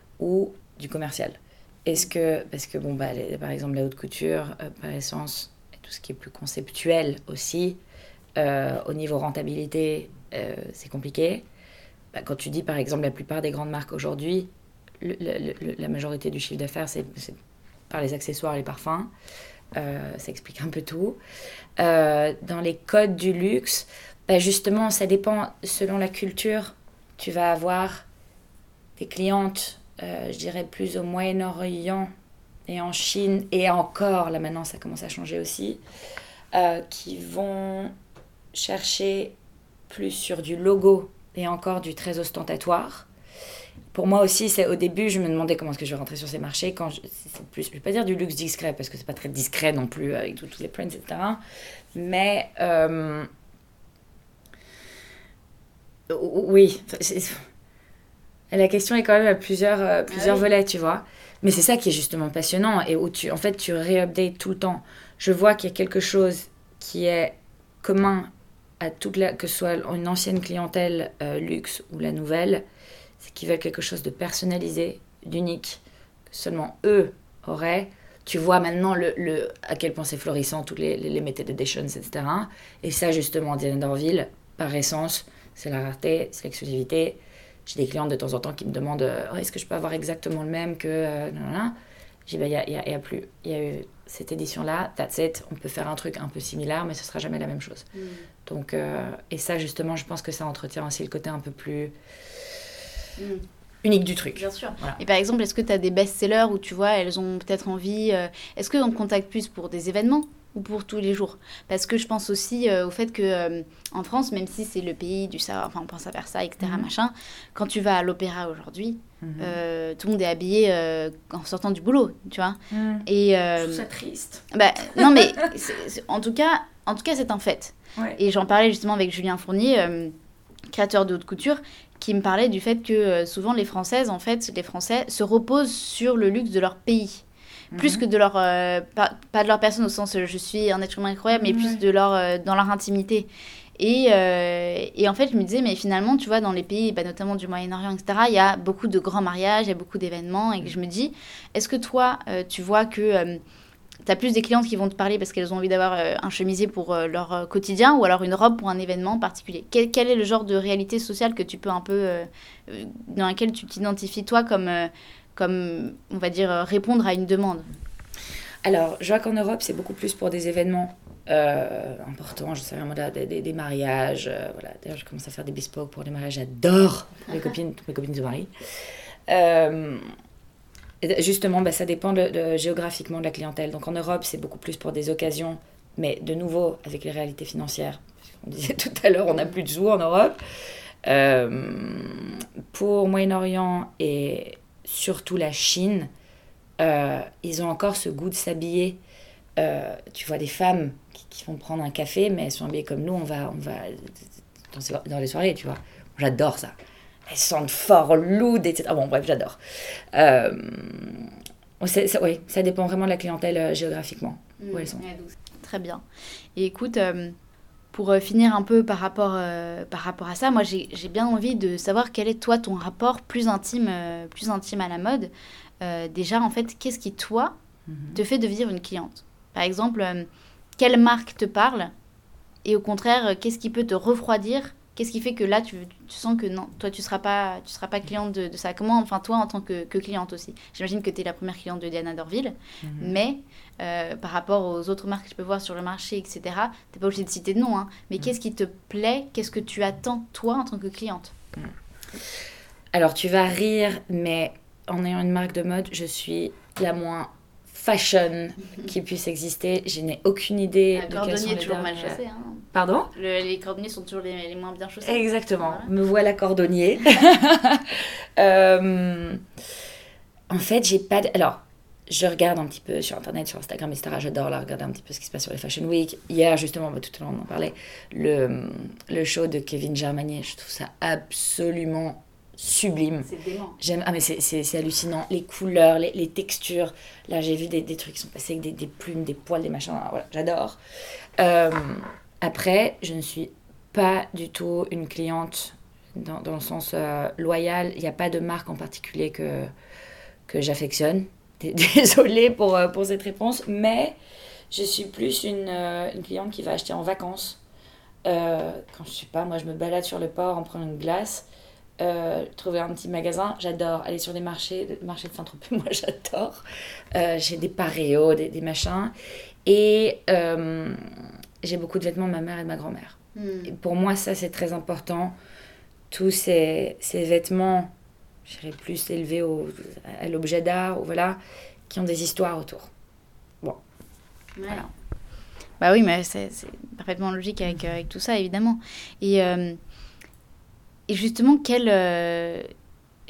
ou du commercial. Est-ce que, parce que, bon, bah, les, par exemple, la haute couture, euh, par essence, tout ce qui est plus conceptuel aussi, euh, au niveau rentabilité, euh, c'est compliqué. Bah, quand tu dis, par exemple, la plupart des grandes marques aujourd'hui, le, le, le, la majorité du chiffre d'affaires, c'est, c'est par les accessoires et les parfums. Euh, ça explique un peu tout. Euh, dans les codes du luxe, bah, justement, ça dépend, selon la culture, tu vas avoir des clientes, euh, je dirais, plus au Moyen-Orient, et en Chine, et encore, là maintenant ça commence à changer aussi, euh, qui vont chercher plus sur du logo et encore du très ostentatoire. Pour moi aussi, c'est, au début, je me demandais comment est-ce que je vais rentrer sur ces marchés. Quand je, c'est plus, je ne vais pas dire du luxe discret, parce que ce n'est pas très discret non plus, avec tous les prints, et cetera. Mais, euh, oui, c'est, La question est quand même à plusieurs, euh, plusieurs Ah oui. volets, tu vois. Mais c'est ça qui est justement passionnant et où tu, en fait, tu réupdates tout le temps. Je vois qu'il y a quelque chose qui est commun à toute la, que ce soit une ancienne clientèle euh, luxe ou la nouvelle, c'est qu'ils veulent quelque chose de personnalisé, d'unique, que seulement eux auraient. Tu vois maintenant le, le, à quel point c'est florissant, toutes les, les limited editions, et cetera. Et ça, justement, Diana d'Orville, par essence, c'est la rareté, c'est l'exclusivité. J'ai des clientes de temps en temps qui me demandent oh, est-ce que je peux avoir exactement le même que. Euh, J'ai dit il bah, n'y a, y a, y a plus. Il y a eu cette édition-là, that's it. On peut faire un truc un peu similaire, mais ce ne sera jamais la même chose. Mm. Donc, euh, et ça, justement, je pense que ça entretient aussi le côté un peu plus. Mm. Unique du truc. Bien sûr. Voilà. Et par exemple, est-ce que tu as des best-sellers où tu vois, elles ont peut-être envie. Euh, est-ce qu'on te contacte plus pour des événements ou pour tous les jours? Parce que je pense aussi euh, au fait que euh, en France, même si c'est le pays du savoir, enfin on pense à Versailles, et cetera, mm-hmm. machin, quand tu vas à l'opéra aujourd'hui, mm-hmm. euh, tout le monde est habillé euh, en sortant du boulot, tu vois. Mm. Et euh, je trouve ça triste. Bah, non mais c'est, c'est, en tout cas, en tout cas c'est un fait. Ouais. Et j'en parlais justement avec Julien Fournier, euh, créateur de haute couture, qui me parlait du fait que euh, souvent les Françaises, en fait, les Français se reposent sur le luxe de leur pays. Plus mm-hmm. que de leur... Euh, pas, pas de leur personne au sens euh, je suis un être humain incroyable, mais mm-hmm. plus de leur, euh, dans leur intimité. Et, euh, et en fait, je me disais, mais finalement, tu vois, dans les pays, bah, notamment du Moyen-Orient, et cetera, il y a beaucoup de grands mariages, il y a beaucoup d'événements. Et que je me dis, est-ce que toi, euh, tu vois que euh, tu as plus des clientes qui vont te parler parce qu'elles ont envie d'avoir euh, un chemisier pour euh, leur euh, quotidien ou alors une robe pour un événement particulier? Quel, quel est le genre de réalité sociale que tu peux un peu... Euh, dans laquelle tu t'identifies, toi, comme... Euh, comme, on va dire, répondre à une demande? Alors, je vois qu'en Europe, c'est beaucoup plus pour des événements euh, importants, je sais rien, des, des, des mariages, euh, voilà. D'ailleurs, je commence à faire des bespoke pour les mariages, j'adore mes copines, toutes mes copines se marient. Euh, justement, bah, ça dépend de, de, géographiquement de la clientèle. Donc en Europe, c'est beaucoup plus pour des occasions, mais de nouveau, avec les réalités financières. On disait tout à l'heure, on n'a plus de sous en Europe. Euh, pour Moyen-Orient et surtout la Chine, euh, ils ont encore ce goût de s'habiller. Euh, tu vois des femmes qui, qui vont prendre un café, mais elles sont habillées comme nous, on va, on va dans, dans les soirées, tu vois. J'adore ça. Elles sentent fort lourdes, et cetera. Ah bon, bref, j'adore. Euh, c'est, c'est, oui, ça dépend vraiment de la clientèle euh, géographiquement, mmh, où elles sont. Très bien. Et écoute... Euh... Pour finir un peu par rapport, euh, par rapport à ça, moi j'ai, j'ai bien envie de savoir quel est toi ton rapport plus intime, euh, plus intime à la mode. Euh, déjà en fait, qu'est-ce qui toi mm-hmm. te fait devenir une cliente? Par exemple, euh, quelle marque te parle? Et au contraire, qu'est-ce qui peut te refroidir? Qu'est-ce qui fait que là tu, tu sens que non, toi tu seras pas, tu seras pas cliente de, de ça? Comment, enfin toi en tant que, que cliente aussi? J'imagine que tu es la première cliente de Diana d'Orville, mm-hmm. mais euh, par rapport aux autres marques que tu peux voir sur le marché, et cetera, tu n'es pas obligée de citer de nom, hein, mais mm-hmm. qu'est-ce qui te plaît? Qu'est-ce que tu attends toi en tant que cliente? mm. Alors tu vas rire, mais en ayant une marque de mode, je suis la moins fashion mm-hmm. qui puisse exister. Je n'ai aucune idée un de cordonnier quelles sont les toujours mal dernières... chaussé, hein. Pardon? Le, les cordonniers sont toujours les, les moins bien chaussés. Exactement. Voilà. Me voilà cordonnier. euh, en fait, j'ai pas... De... Alors, je regarde un petit peu sur Internet, sur Instagram, et cetera. J'adore là, regarder un petit peu ce qui se passe sur les Fashion Week. Hier, justement, bah, tout à l'heure, on en parlait, le, le show de Kevin Germanier, je trouve ça absolument sublime. C'est dément. J'aime... Ah, mais c'est, c'est, c'est hallucinant. Les couleurs, les, les textures. Là, j'ai vu des, des trucs qui sont passés avec des, des plumes, des poils, des machins. Voilà, j'adore. Euh... Après, je ne suis pas du tout une cliente dans, dans le sens euh, loyal. Il n'y a pas de marque en particulier que, que j'affectionne. Désolée pour, pour cette réponse, mais je suis plus une, une cliente qui va acheter en vacances. Euh, quand je ne sais pas, moi je me balade sur le port en prenant une glace, euh, trouver un petit magasin, j'adore. Aller sur des marchés, le marché de Saint-Tropez, moi j'adore. Euh, j'ai des paréos, des, des machins. Et... Euh, j'ai beaucoup de vêtements de ma mère et de ma grand-mère. Mm. Et pour moi, ça, c'est très important. Tous ces, ces vêtements, je dirais plus élevés au, à l'objet d'art, ou voilà, qui ont des histoires autour. Bon, ouais. Voilà. Bah oui, mais c'est, c'est parfaitement logique avec, avec tout ça, évidemment. Et, euh, et justement, quel... Euh,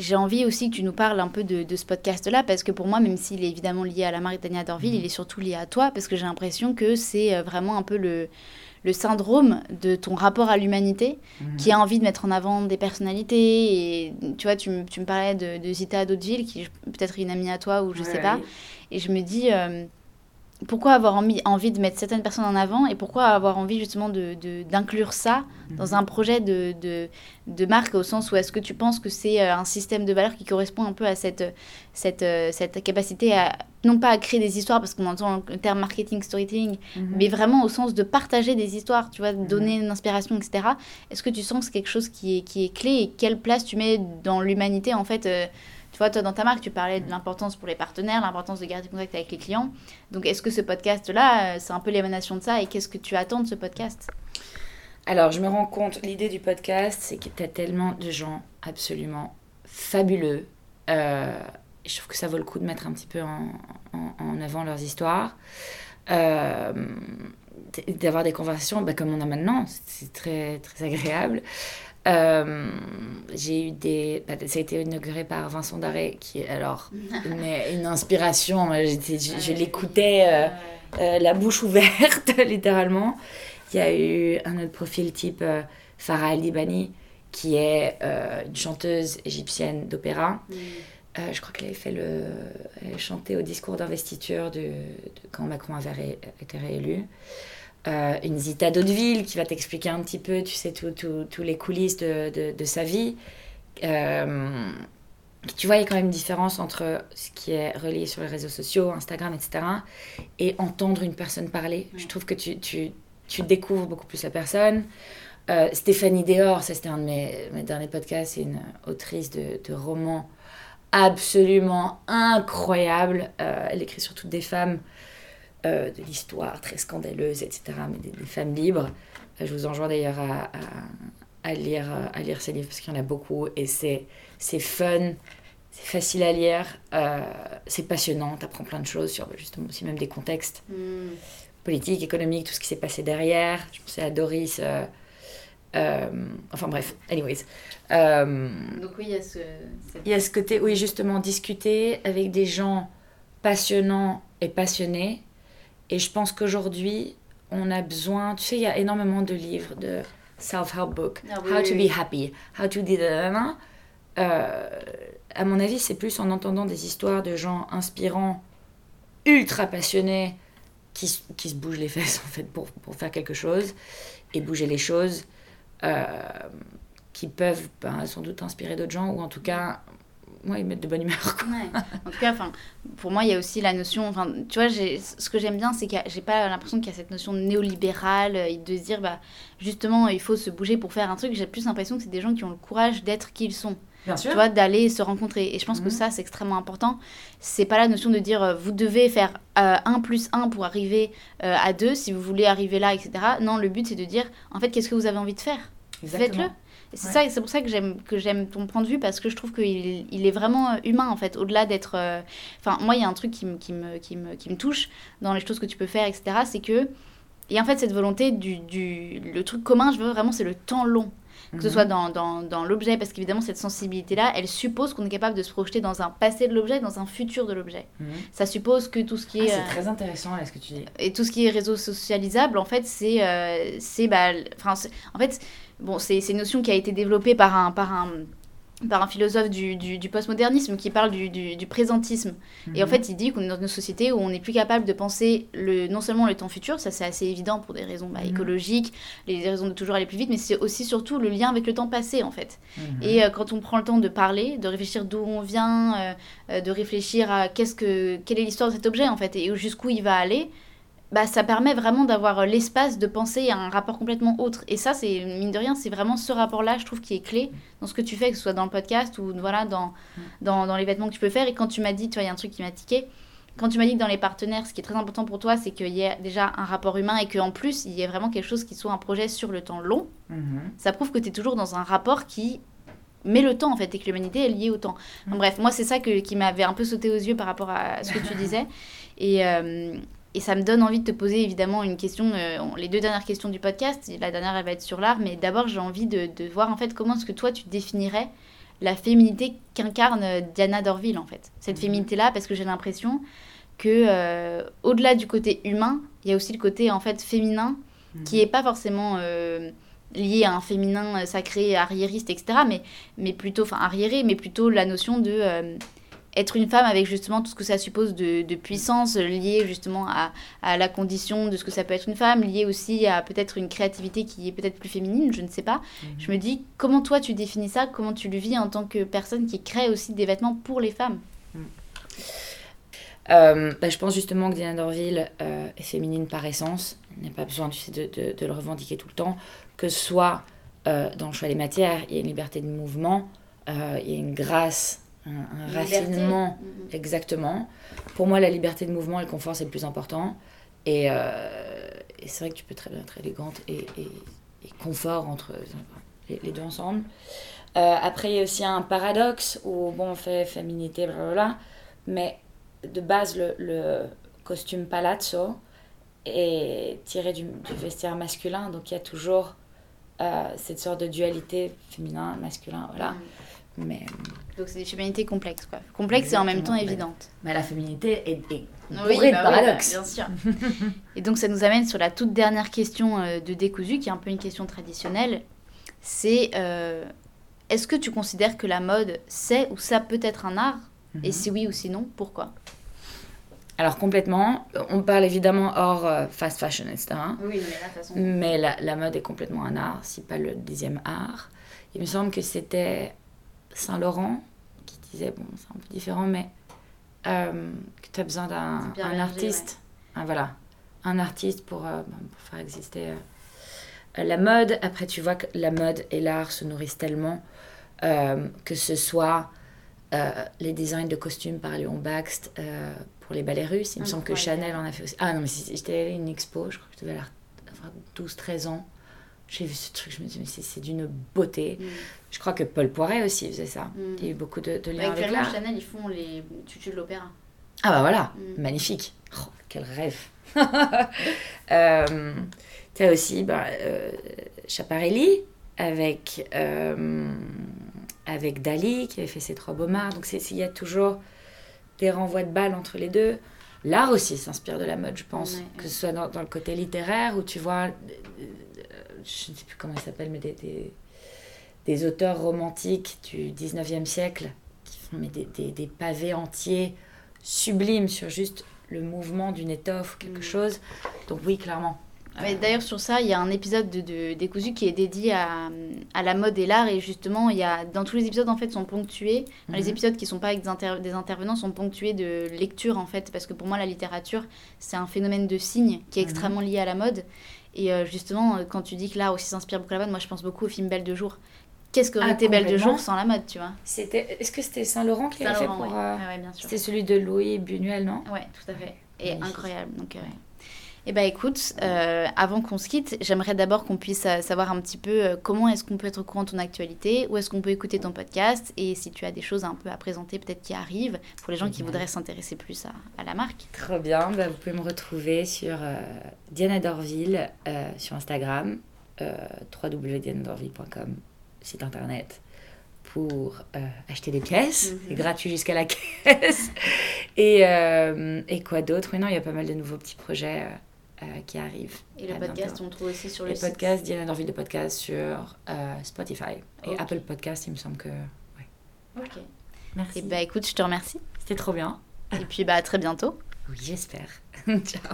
j'ai envie aussi que tu nous parles un peu de, de ce podcast-là, parce que pour moi, même s'il est évidemment lié à la marque d'Anya d'Orville, mmh. il est surtout lié à toi, parce que j'ai l'impression que c'est vraiment un peu le, le syndrome de ton rapport à l'humanité, mmh. qui a envie de mettre en avant des personnalités. Et tu vois, tu, m- tu me parlais de, de Zita Hadotville, qui peut-être est une amie à toi, ou je ouais, sais pas. Oui. Et je me dis... Euh, pourquoi avoir envie, envie de mettre certaines personnes en avant et pourquoi avoir envie justement de, de, d'inclure ça dans un projet de, de, de marque, au sens où est-ce que tu penses que c'est un système de valeurs qui correspond un peu à cette, cette, cette capacité à, non pas à créer des histoires, parce qu'on entend le terme marketing, storytelling, mm-hmm. mais vraiment au sens de partager des histoires, tu vois, de donner mm-hmm. une inspiration, et cetera. Est-ce que tu sens que c'est quelque chose qui est, qui est clé et quelle place tu mets dans l'humanité, en fait euh, tu vois, toi, dans ta marque, tu parlais de l'importance pour les partenaires, l'importance de garder contact avec les clients. Donc, est-ce que ce podcast-là, c'est un peu l'émanation de ça et qu'est-ce que tu attends de ce podcast ? Alors, je me rends compte, l'idée du podcast, c'est que tu as tellement de gens absolument fabuleux. Euh, je trouve que ça vaut le coup de mettre un petit peu en, en, en avant leurs histoires. Euh, d'avoir des conversations bah, comme on a maintenant, c'est très, très agréable. Euh, j'ai eu des bah, ça a été inauguré par Vincent Darré qui est alors une, une inspiration. J'étais, je, je l'écoutais euh, euh, la bouche ouverte littéralement. Il y a eu un autre profil type euh, Farah El-Libani qui est euh, une chanteuse égyptienne d'opéra. Mm. Euh, je crois qu'elle avait fait le elle avait chanté au discours d'investiture de, de quand Macron avait ré, été réélu. Euh, une Zita Hadotville qui va t'expliquer un petit peu, tu sais, tous tout, tout les coulisses de, de, de sa vie. Euh, tu vois, il y a quand même une différence entre ce qui est relié sur les réseaux sociaux, Instagram, et cetera, et entendre une personne parler. Ouais. Je trouve que tu, tu, tu découvres beaucoup plus la personne. Euh, Stéphanie Dehors, ça c'était un de mes, mes derniers podcasts, c'est une autrice de, de romans absolument incroyable. Euh, elle écrit sur toutes des femmes. Euh, de l'histoire très scandaleuse, et cetera, mais des, des femmes libres. Euh, je vous enjoins d'ailleurs à, à, à, lire, à lire ces livres, parce qu'il y en a beaucoup, et c'est, c'est fun, c'est facile à lire, euh, c'est passionnant, t'apprends plein de choses sur justement aussi même des contextes mm. politiques, économiques, tout ce qui s'est passé derrière. Je pensais à Doris, euh, euh, enfin bref, anyways. Euh, Donc oui, il y a ce... Cette... Il y a ce côté, oui, justement, discuter avec des gens passionnants et passionnés. Et je pense qu'aujourd'hui, on a besoin... Tu sais, il y a énormément de livres, de self-help book. Ah, oui, how oui, to oui. be happy, how to do that. Euh, à mon avis, c'est plus en entendant des histoires de gens inspirants, ultra passionnés, qui, qui se bougent les fesses, en fait, pour, pour faire quelque chose, et bouger les choses, euh, qui peuvent ben, sans doute inspirer d'autres gens, ou en tout cas... Ouais, ils mettent de bonne humeur, quoi. Ouais. En tout cas, pour moi, il y a aussi la notion... Tu vois, j'ai, ce que j'aime bien, c'est que j'ai pas l'impression qu'il y a cette notion néolibérale, de se dire, bah, justement, il faut se bouger pour faire un truc. J'ai plus l'impression que c'est des gens qui ont le courage d'être qui ils sont. Bien sûr. Tu vois, d'aller se rencontrer. Et je pense mmh. que ça, c'est extrêmement important. C'est pas la notion de dire, euh, vous devez faire euh, un plus un pour arriver euh, à deux, si vous voulez arriver là, et cetera. Non, le but, c'est de dire, en fait, qu'est-ce que vous avez envie de faire ? Exactement. Faites-le. Et c'est, ouais. ça, c'est pour ça que j'aime, que j'aime ton point de vue, parce que je trouve qu'il il est vraiment humain, en fait, au-delà d'être... Enfin, euh... moi, il y a un truc qui me, qui, me, qui, me, qui me touche dans les choses que tu peux faire, et cetera, c'est que... Et en fait, cette volonté du... du le truc commun, je veux vraiment, c'est le temps long. Que mm-hmm. ce soit dans, dans, dans l'objet, parce qu'évidemment, cette sensibilité-là, elle suppose qu'on est capable de se projeter dans un passé de l'objet, dans un futur de l'objet. Mm-hmm. Ça suppose que tout ce qui est... Ah, c'est très intéressant, là, ce que tu dis. Et tout ce qui est réseau socialisable, en fait, c'est... Euh, c'est, bah, c'est en fait... Bon, c'est, c'est une notion qui a été développée par un, par un, par un philosophe du, du, du postmodernisme qui parle du, du, du présentisme. Mmh. Et en fait, il dit qu'on est dans une société où on n'est plus capable de penser le, non seulement le temps futur, ça c'est assez évident pour des raisons bah, mmh. écologiques, les raisons de toujours aller plus vite, mais c'est aussi surtout le lien avec le temps passé, en fait. Mmh. Et euh, quand on prend le temps de parler, de réfléchir d'où on vient, euh, de réfléchir à qu'est-ce que, quelle est l'histoire de cet objet, en fait, et jusqu'où il va aller... Bah, ça permet vraiment d'avoir l'espace de penser à un rapport complètement autre. Et ça, c'est, mine de rien, c'est vraiment ce rapport-là, je trouve, qui est clé dans ce que tu fais, que ce soit dans le podcast ou voilà, dans, dans, dans les vêtements que tu peux faire. Et quand tu m'as dit, tu vois, il y a un truc qui m'a tiqué, quand tu m'as dit que dans les partenaires, ce qui est très important pour toi, c'est qu'il y ait déjà un rapport humain et qu'en plus, il y ait vraiment quelque chose qui soit un projet sur le temps long, mm-hmm. ça prouve que tu es toujours dans un rapport qui... met le temps, en fait, et que l'humanité est liée au temps. Enfin, bref, moi, c'est ça que, qui m'avait un peu sauté aux yeux par rapport à ce que tu disais. Et... Euh, Et ça me donne envie de te poser évidemment une question, euh, les deux dernières questions du podcast. La dernière, elle va être sur l'art, mais d'abord, j'ai envie de, de voir en fait comment est-ce que toi, tu définirais la féminité qu'incarne Diana d'Orville, en fait. Cette mmh. féminité-là, parce que j'ai l'impression que euh, au-delà du côté humain, il y a aussi le côté, en fait, féminin, mmh. qui n'est pas forcément euh, lié à un féminin sacré, arriériste, et cetera, mais, mais plutôt, enfin, arriéré, mais plutôt la notion de... Euh, être une femme avec justement tout ce que ça suppose de, de puissance, lié justement à, à la condition de ce que ça peut être une femme, lié aussi à peut-être une créativité qui est peut-être plus féminine, je ne sais pas. Mmh. Je me dis, comment toi tu définis ça, comment tu le vis en tant que personne qui crée aussi des vêtements pour les femmes? mmh. euh, bah, Je pense justement que Diana d'Orville euh, est féminine par essence. Il n'y a pas besoin tu sais, de, de, de le revendiquer tout le temps. Que ce soit euh, dans le choix des matières, il y a une liberté de mouvement, euh, il y a une grâce, un, un raffinement, mmh. exactement. Pour moi, la liberté de mouvement et le confort, c'est le plus important. Et, euh, et c'est vrai que tu peux très bien être élégante et, et, et confort entre les, les deux ensemble. Euh, après, il y a aussi un paradoxe où, bon, on fait féminité, blablabla, mais de base, le, le costume palazzo est tiré du, du vestiaire masculin, donc il y a toujours euh, cette sorte de dualité féminin, masculin, voilà. Mmh. Mais... Donc c'est des féminités complexes, quoi. Complexes et en même temps évidentes. Mais la féminité est, est oui, bourrée bah de paradoxes. Oui, bah, bien sûr. Et donc ça nous amène sur la toute dernière question euh, de Décousu, qui est un peu une question traditionnelle. C'est, euh, est-ce que tu considères que la mode, c'est ou ça peut être un art? Mm-hmm. Et si oui ou sinon, pourquoi? Alors complètement, on parle évidemment hors euh, fast fashion, et cetera. Oui, mais là, de toute façon... Mais la, la mode est complètement un art, si pas le dixième art. Il me semble que c'était Saint-Laurent qui disait, bon, c'est un peu différent, mais euh, que tu as besoin d'un un artiste. Ouais. Un, voilà, un artiste pour, euh, pour faire exister euh, la mode. Après, tu vois que la mode et l'art se nourrissent tellement, euh, que ce soit euh, les designs de costumes par Léon Bakst euh, pour les ballets russes. Il me semble que Chanel en a fait aussi. Ah non, mais j'étais allée à une expo, je crois que je devais avoir douze treize ans. J'ai vu ce truc, je me dis, mais c'est, c'est d'une beauté. Mm. Je crois que Paul Poiret aussi faisait ça. Mm. Il y a eu beaucoup de, de liens ouais, avec l'art. Chanel, ils font les tutus de l'opéra. Ah bah voilà, mm. magnifique. Oh, quel rêve. euh, tu as aussi bah, euh, Schiaparelli avec, euh, avec Dali qui avait fait ses trois Beaux-Arts. Donc il y a toujours des renvois de balles entre les deux. L'art aussi s'inspire de la mode, je pense. Ouais, que ouais. ce soit dans, dans le côté littéraire où tu vois... je ne sais plus comment ils s'appellent, mais des, des, des auteurs romantiques du dix-neuvième siècle qui font mais des, des, des pavés entiers sublimes sur juste le mouvement d'une étoffe ou quelque mmh. chose. Donc oui, clairement. Mais d'ailleurs, sur ça, il y a un épisode de, de Décousu qui est dédié à, à la mode et l'art. Et justement, il y a, dans tous les épisodes, en fait, sont ponctués. Mmh. Les épisodes qui ne sont pas avec des, inter- des intervenants sont ponctués de lecture, en fait. Parce que pour moi, la littérature, c'est un phénomène de signe qui est mmh. extrêmement lié à la mode. Et euh, justement, quand tu dis que l'art aussi s'inspire beaucoup de la mode, moi, je pense beaucoup au film Belle de jour. Qu'est-ce qu'aurait ah, été Belle de jour sans la mode, tu vois? C'était... Est-ce que c'était Saint-Laurent qui l'avait fait pour... Ouais. Euh... Ah ouais, bien sûr. C'était celui de Louis Buñuel, non? Ouais, tout à fait. Et magnifique. Incroyable. Donc, euh, ouais. Eh bien, écoute, euh, avant qu'on se quitte, j'aimerais d'abord qu'on puisse euh, savoir un petit peu euh, comment est-ce qu'on peut être au courant de ton actualité, où est-ce qu'on peut écouter ton podcast, et si tu as des choses un peu à présenter, peut-être qui arrivent, pour les gens mmh. qui voudraient s'intéresser plus à, à la marque. Trop bien. Bah, vous pouvez me retrouver sur euh, Diana d'Orville, euh, sur Instagram, euh, w w w point diana d'orville point com, site internet, pour euh, acheter des pièces. Mmh. C'est gratuit jusqu'à la caisse. et, euh, et quoi d'autre? Maintenant, il y a pas mal de nouveaux petits projets... Euh, Euh, qui arrive. Et le podcast, bientôt. On trouve aussi sur le, le site. Le podcast, Diana d'Orville de podcast sur euh, Spotify. Okay. Et Apple Podcast, il me semble que... Ouais. Ok. Merci. Et bah écoute, je te remercie. C'était trop bien. Et puis bah à très bientôt. Oui, j'espère. Ciao.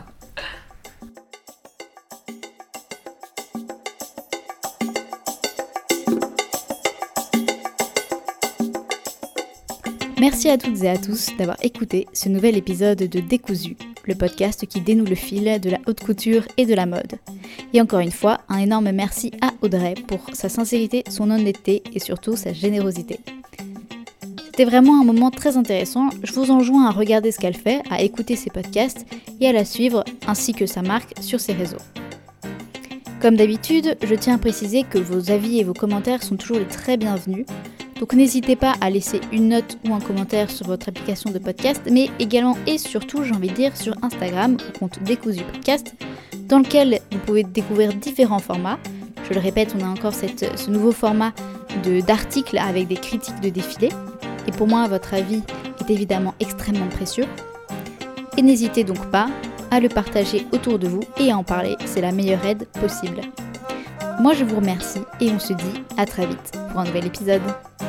Merci à toutes et à tous d'avoir écouté ce nouvel épisode de Décousu, le podcast qui dénoue le fil de la haute couture et de la mode. Et encore une fois, un énorme merci à Audrey pour sa sincérité, son honnêteté et surtout sa générosité. C'était vraiment un moment très intéressant, je vous enjoins à regarder ce qu'elle fait, à écouter ses podcasts et à la suivre, ainsi que sa marque sur ses réseaux. Comme d'habitude, je tiens à préciser que vos avis et vos commentaires sont toujours les très bienvenus. Donc n'hésitez pas à laisser une note ou un commentaire sur votre application de podcast, mais également et surtout, j'ai envie de dire, sur Instagram, au compte Décousu Podcast, dans lequel vous pouvez découvrir différents formats. Je le répète, on a encore cette, ce nouveau format de, d'articles avec des critiques de défilés. Et pour moi, votre avis est évidemment extrêmement précieux. Et n'hésitez donc pas à le partager autour de vous et à en parler, c'est la meilleure aide possible. Moi je vous remercie et on se dit à très vite pour un nouvel épisode.